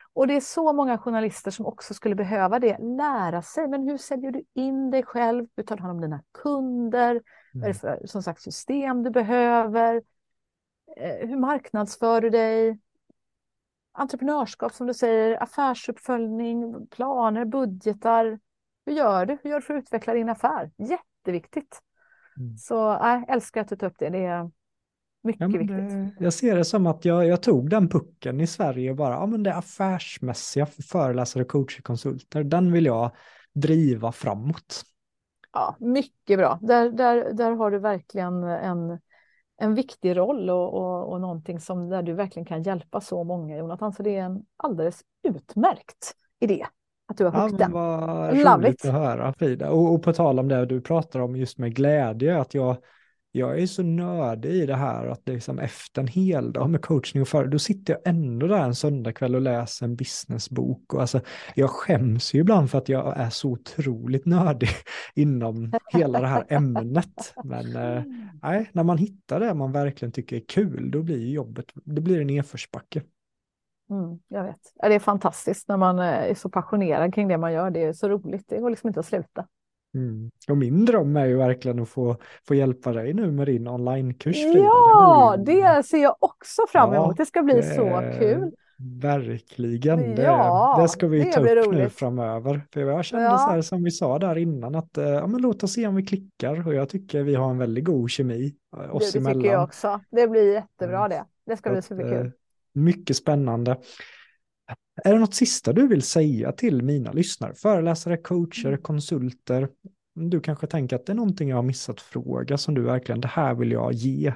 Och det är så många journalister som också skulle behöva det. Lära sig, men hur säljer du in dig själv? Hur tar du hand om dina kunder? Vad är det för, som sagt, system du behöver? Eh, hur marknadsför du dig? Entreprenörskap som du säger, affärsuppföljning, planer, budgetar. Hur gör du? Hur gör du för att utveckla din affär? Jätteviktigt. Mm. Så jag älskar att du tar upp det. Det är mycket Ja, men viktigt. det, jag ser det som att jag, jag tog den pucken i Sverige och bara, ja men det affärsmässiga för föreläsare, coacher, konsulter, den vill jag driva framåt. Ja, mycket bra. Där, där, där har du verkligen en, en viktig roll och, och, och någonting som där du verkligen kan hjälpa så många, Jonathan. Så det är en alldeles utmärkt idé att du har Ja, huggit men den. vad Love roligt it. att höra, Frida. Och, och på tal om det du pratar om just med glädje, att jag, jag är så nördig i det här att liksom efter en hel dag med coachning och för, då sitter jag ändå där en söndagkväll och läser en businessbok. Och alltså, jag skäms ju ibland för att jag är så otroligt nördig inom hela det här ämnet. Men eh, nej, när man hittar det man verkligen tycker är kul, då blir jobbet, det blir en nedförsbacke. Mm, jag vet. Ja, det är fantastiskt när man är så passionerad kring det man gör. Det är så roligt. Det går liksom inte att sluta. Mm. Och min dröm är ju verkligen att få, få hjälpa dig nu med din onlinekurs, Frida. Ja, Det, ju... det ser jag också fram emot. ja, Det ska bli det... så kul. Verkligen. Det, det Ja, ska vi det ta blir upp nu roligt. framöver. För jag kände så Ja, här som vi sa där innan att eh, ja, men låt oss se om vi klickar. Och jag tycker vi har en väldigt god kemi eh, det, oss det tycker jag emellan. också. Det blir jättebra Mm. det. Det ska Så bli att, superkul. eh, mycket spännande. Är det något sista du vill säga till mina lyssnare? Föreläsare, coacher, konsulter. Du kanske tänker att det är någonting jag har missat fråga som du verkligen, det här vill jag ge.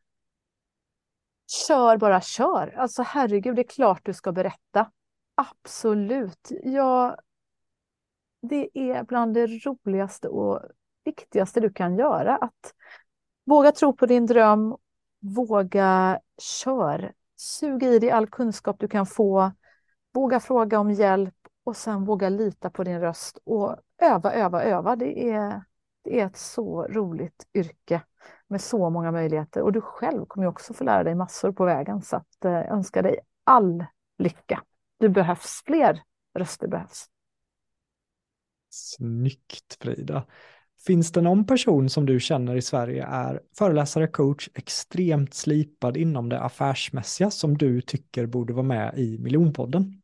Kör bara kör. Alltså herregud, det är klart du ska berätta. Absolut. Ja, det är bland det roligaste och viktigaste du kan göra. Att våga tro på din dröm. Våga kör. Sug i dig all kunskap du kan få. Våga fråga om hjälp och sen våga lita på din röst och öva, öva, öva. Det är, det är ett så roligt yrke med så många möjligheter. Och du själv kommer ju också få lära dig massor på vägen. Så att, eh, önskar dig all lycka. Du behövs, fler röster behövs. Snyggt, Frida. Finns det någon person som du känner i Sverige är föreläsare, coach, extremt slipad inom det affärsmässiga som du tycker borde vara med i Miljonpodden?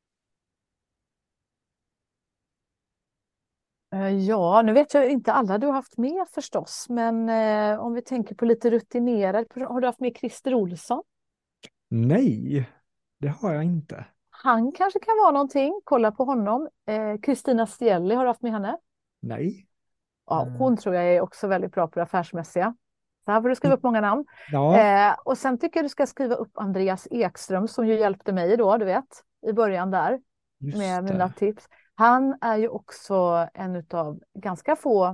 Eh, Ja, nu vet jag inte alla du har haft med förstås, men eh, om vi tänker på lite rutinerad, har du haft med Christer Olsson? Nej, det har jag inte. Han kanske kan vara någonting, kolla på honom. Eh, Kristina Stielli, har du haft med henne? Nej. Ja, Eh, hon tror jag är också väldigt bra på det affärsmässiga. Så här får du skriva upp många namn. Ja, Eh, och sen tycker jag du ska skriva upp Andreas Ekström som ju hjälpte mig då, du vet, i början där just med mina det. tips. Han är ju också en av ganska få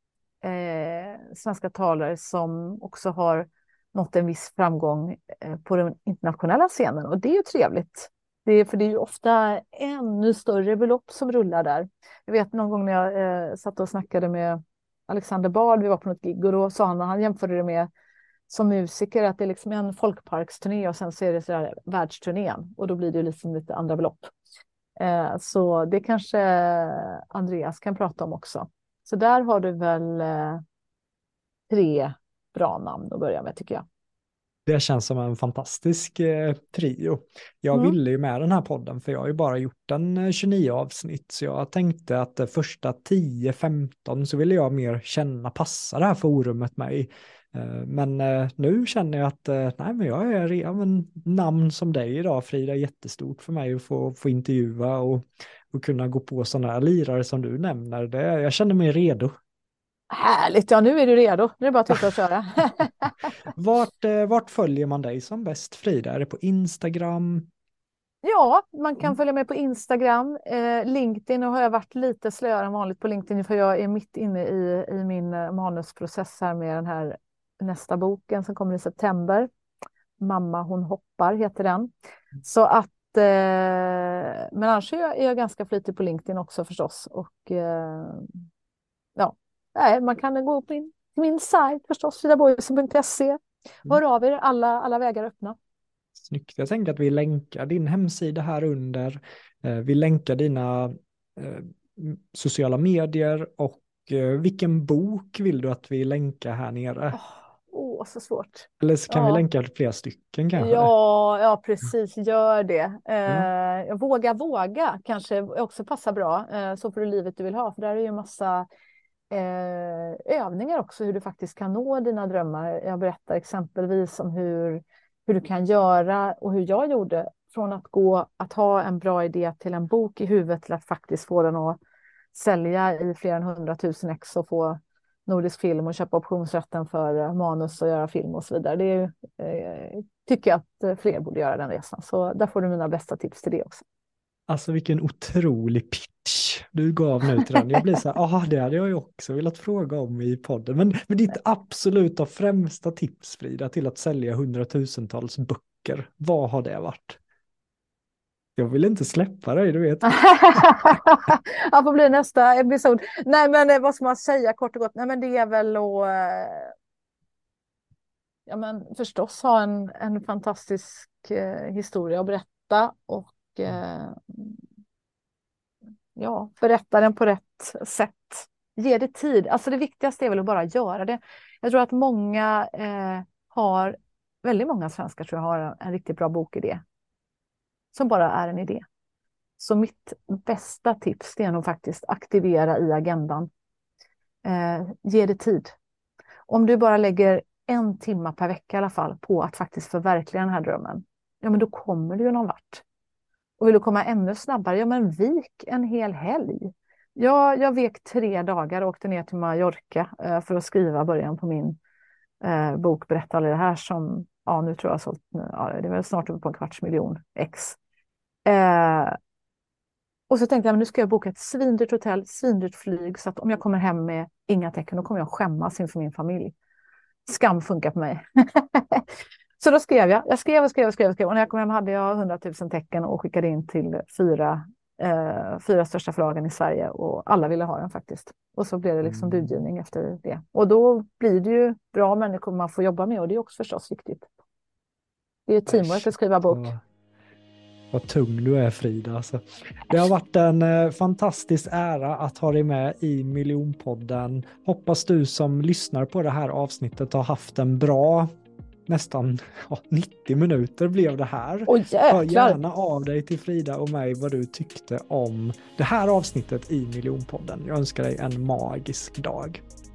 eh, svenska talare som också har nått en viss framgång eh, på den internationella scenen. Och det är ju trevligt. Det är, för det är ju ofta ännu större belopp som rullar där. Jag vet någon gång när jag eh, satt och snackade med Alexander Bard, vi var på något gig och då sa han, han jämförde det med som musiker att det är liksom en folkparksturné och sen så är det så där världsturnén och då blir det ju liksom lite andra belopp. Eh, så det kanske Andreas kan prata om också. Så där har du väl eh, tre bra namn att börja med tycker jag. Det känns som en fantastisk eh, trio. Jag Mm. ville ju med den här podden för jag har ju bara gjort en eh, tjugonio avsnitt så jag tänkte att det första tio femton så ville jag mer känna passa det här forumet mig. Eh, men eh, nu känner jag att eh, nej, men jag är ja, men namn som dig idag, Frida, är jättestort för mig att få, få intervjua och, och kunna gå på sådana här lirare som du nämner. Det, jag känner mig redo. Härligt, ja nu är du redo. Nu är det bara att tuta och köra. Vart, eh, vart följer man dig som bäst, Frida? Är det på Instagram? Ja, man kan Mm. följa med på Instagram. Eh, LinkedIn har jag varit lite slöare än vanligt på LinkedIn för jag är mitt inne i, i min eh, manusprocess här med den här nästa boken som kommer i september. Mamma hon hoppar heter den. Så att, eh, men annars är jag, är jag ganska flitig på LinkedIn också förstås. Och eh, ja, nej, man kan gå på min, min sajt förstås, fridaboysen punkt se. Hör av er, alla, alla vägar öppna. Snyggt. Jag tänker att vi länkar din hemsida här under. Eh, vi länkar dina eh, sociala medier och eh, vilken bok vill du att vi länkar här nere? Åh, oh, så svårt. Eller så kan Ja. vi länka flera stycken kanske? Ja, ja, precis. Gör det. Ja. Eh, våga, våga kanske också passar bra. Eh, så får du livet du vill ha. För där är ju en massa eh, övningar också hur du faktiskt kan nå dina drömmar. Jag berättar exempelvis om hur, hur du kan göra och hur jag gjorde från att gå att ha en bra idé till en bok i huvudet till att faktiskt få den att sälja i fler än hundratusen ex och få Nordisk Film och köpa optionsrätten för manus och göra film och så vidare. Det är, eh, tycker jag att fler borde göra den resan. Så där får du mina bästa tips till det också. Alltså vilken otrolig pitch du gav nu till den. Jag blir så här, ja det hade jag ju också velat fråga om i podden. Men, men ditt absoluta främsta tips, Frida, till att sälja hundratusentals böcker, vad har det varit? Jag vill inte släppa dig, du vet. Ja, får bli nästa episod. Nej, men vad ska man säga kort och gott? Nej, men det är väl att ja, men förstås ha en, en fantastisk eh, historia att berätta och eh, ja, berätta den på rätt sätt. Ge det tid. Alltså det viktigaste är väl att bara göra det. Jag tror att många eh, har, väldigt många svenskar tror jag har en, en riktigt bra bokidé. Som bara är en idé. Så mitt bästa tips är nog faktiskt aktivera i agendan. Eh, ge det tid. Om du bara lägger en timme per vecka i alla fall på att faktiskt förverkliga den här drömmen. Ja, men då kommer du ju någon vart. Och vill du komma ännu snabbare, ja men vik en hel helg. Jag, jag vek tre dagar och åkte ner till Mallorca eh, för att skriva början på min eh, bok Berätta aldrig det här som, ja nu tror jag har sålt, ja, det är väl snart uppe på en kvarts miljon ex. Eh, och så tänkte jag, men nu ska jag boka ett svindyrt hotell, svindyrt flyg, så att om jag kommer hem med inga tecken, då kommer jag skämmas inför min familj. Skam funkar på mig. Så då skrev jag, jag skrev och skrev och skrev, och skrev. Och när jag kom hem hade jag hundratusen tecken och skickade in till fyra, eh, fyra största förlagen i Sverige och alla ville ha den faktiskt. Och så blev det liksom budgivning efter det. Och då blir det ju bra människor man får jobba med och det är också förstås viktigt. Det är teamwork att skriva bok. Ja. Vad tung du är, Frida. Alltså, det har varit en eh, fantastisk ära att ha dig med i Miljonpodden. Hoppas du som lyssnar på det här avsnittet har haft en bra, nästan ja, nittio minuter blev det här. Oj, hör gärna av dig till Frida och mig vad du tyckte om det här avsnittet i Miljonpodden. Jag önskar dig en magisk dag.